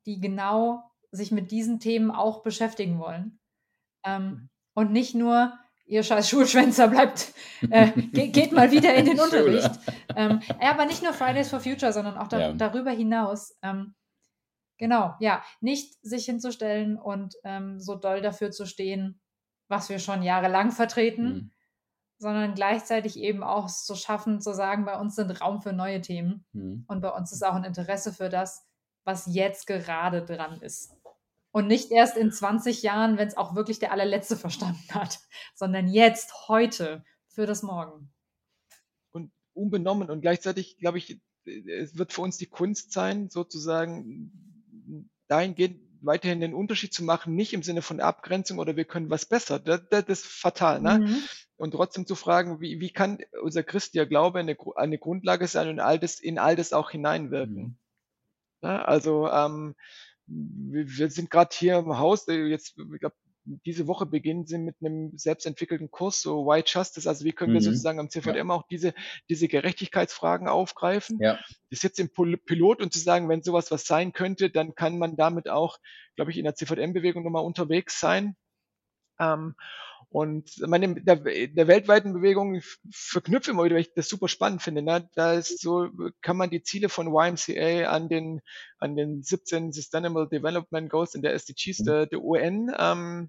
die genau sich mit diesen Themen auch beschäftigen wollen. Ähm, und nicht nur, ihr scheiß Schulschwänzer bleibt, äh, ge geht mal wieder in den Schule. Unterricht. Ähm, ja, aber nicht nur Fridays for Future, sondern auch da, Ja. darüber hinaus. Ähm, genau, ja, nicht sich hinzustellen und ähm, so doll dafür zu stehen, was wir schon jahrelang vertreten, Mhm. sondern gleichzeitig eben auch zu schaffen, zu sagen, bei uns sind Raum für neue Themen Mhm. und bei uns ist auch ein Interesse für das, was jetzt gerade dran ist. Und nicht erst in zwanzig Jahren, wenn es auch wirklich der allerletzte verstanden hat, sondern jetzt, heute, für das Morgen. Und unbenommen und gleichzeitig, glaube ich, es wird für uns die Kunst sein, sozusagen dahingehend weiterhin den Unterschied zu machen, nicht im Sinne von Abgrenzung oder wir können was besser. Das, das ist fatal. Ne? Mhm. Und trotzdem zu fragen, wie, wie kann unser christlicher Glaube eine, eine Grundlage sein und all das, in all das auch hineinwirken. Mhm. Ja, also ähm, wir, wir sind gerade hier im Haus, äh, jetzt, ich glaub, diese Woche beginnen sie mit einem selbstentwickelten Kurs, so Why Justice, also wie können wir Mhm. sozusagen am C V M auch diese, diese Gerechtigkeitsfragen aufgreifen. Ja. Das ist jetzt im Pol- Pilot und zu sagen, wenn sowas was sein könnte, dann kann man damit auch, glaube ich, in der C V M-Bewegung nochmal unterwegs sein. Ähm, und meine, der, der weltweiten Bewegung f- verknüpfe immer wieder, weil ich das super spannend finde. Ne? Da ist so, kann man die Ziele von Y M C A an den, an den siebzehn Sustainable Development Goals in der S D Gs der, der U N ähm,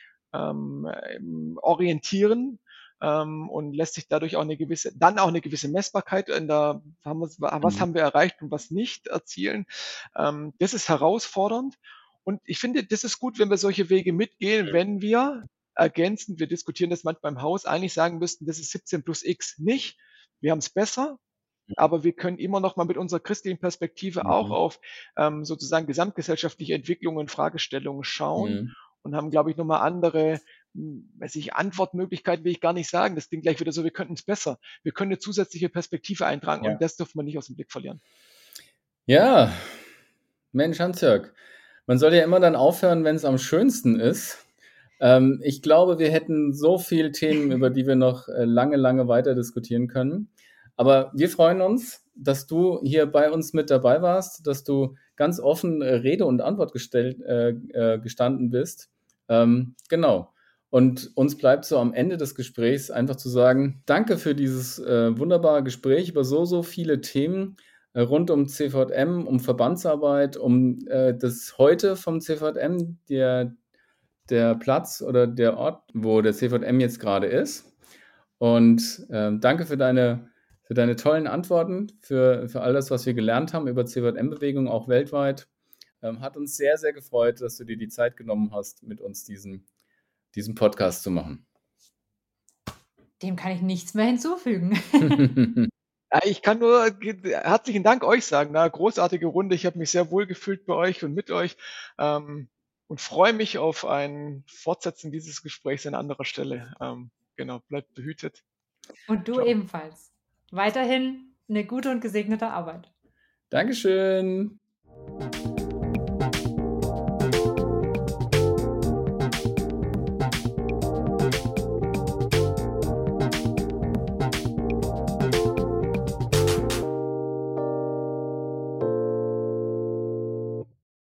ähm, orientieren ähm, und lässt sich dadurch auch eine gewisse, dann auch eine gewisse Messbarkeit in der, haben wir, was Mhm. haben wir erreicht und was nicht erzielen. Ähm, das ist herausfordernd. Und ich finde, das ist gut, wenn wir solche Wege mitgehen, wenn wir ergänzend, wir diskutieren das manchmal im Haus, eigentlich sagen müssten, das ist siebzehn plus X nicht. Wir haben es besser, aber wir können immer noch mal mit unserer christlichen Perspektive auch Mhm. auf ähm, sozusagen gesamtgesellschaftliche Entwicklungen und Fragestellungen schauen Mhm. und haben, glaube ich, noch mal andere, hm, weiß ich, Antwortmöglichkeiten will ich gar nicht sagen. Das klingt gleich wieder so, wir könnten es besser. Wir können eine zusätzliche Perspektive eintragen Ja. und das dürfen wir nicht aus dem Blick verlieren. Ja, Mensch, Hans-Jörg, man soll ja immer dann aufhören, wenn es am schönsten ist. Ähm, ich glaube, wir hätten so viele Themen, über die wir noch äh, lange, lange weiter diskutieren können. Aber wir freuen uns, dass du hier bei uns mit dabei warst, dass du ganz offen äh, Rede und Antwort gestellt, äh, äh, gestanden bist. Ähm, genau. Und uns bleibt so am Ende des Gesprächs einfach zu sagen, danke für dieses äh, wunderbare Gespräch über so, so viele Themen äh, rund um C V M, um Verbandsarbeit, um äh, das Heute vom C V M, der, der Platz oder der Ort, wo der C V M jetzt gerade ist. Und ähm, danke für deine, für deine tollen Antworten, für, für all das, was wir gelernt haben über C V M-Bewegung, auch weltweit. Ähm, hat uns sehr, sehr gefreut, dass du dir die Zeit genommen hast, mit uns diesen, diesen Podcast zu machen. Dem kann ich nichts mehr hinzufügen. Ja, ich kann nur ge- herzlichen Dank euch sagen. Na, großartige Runde. Ich habe mich sehr wohl gefühlt bei euch und mit euch ähm, und freue mich auf ein Fortsetzen dieses Gesprächs an anderer Stelle. Ähm, genau, bleibt behütet. Und du Ciao. ebenfalls. Weiterhin eine gute und gesegnete Arbeit. Dankeschön.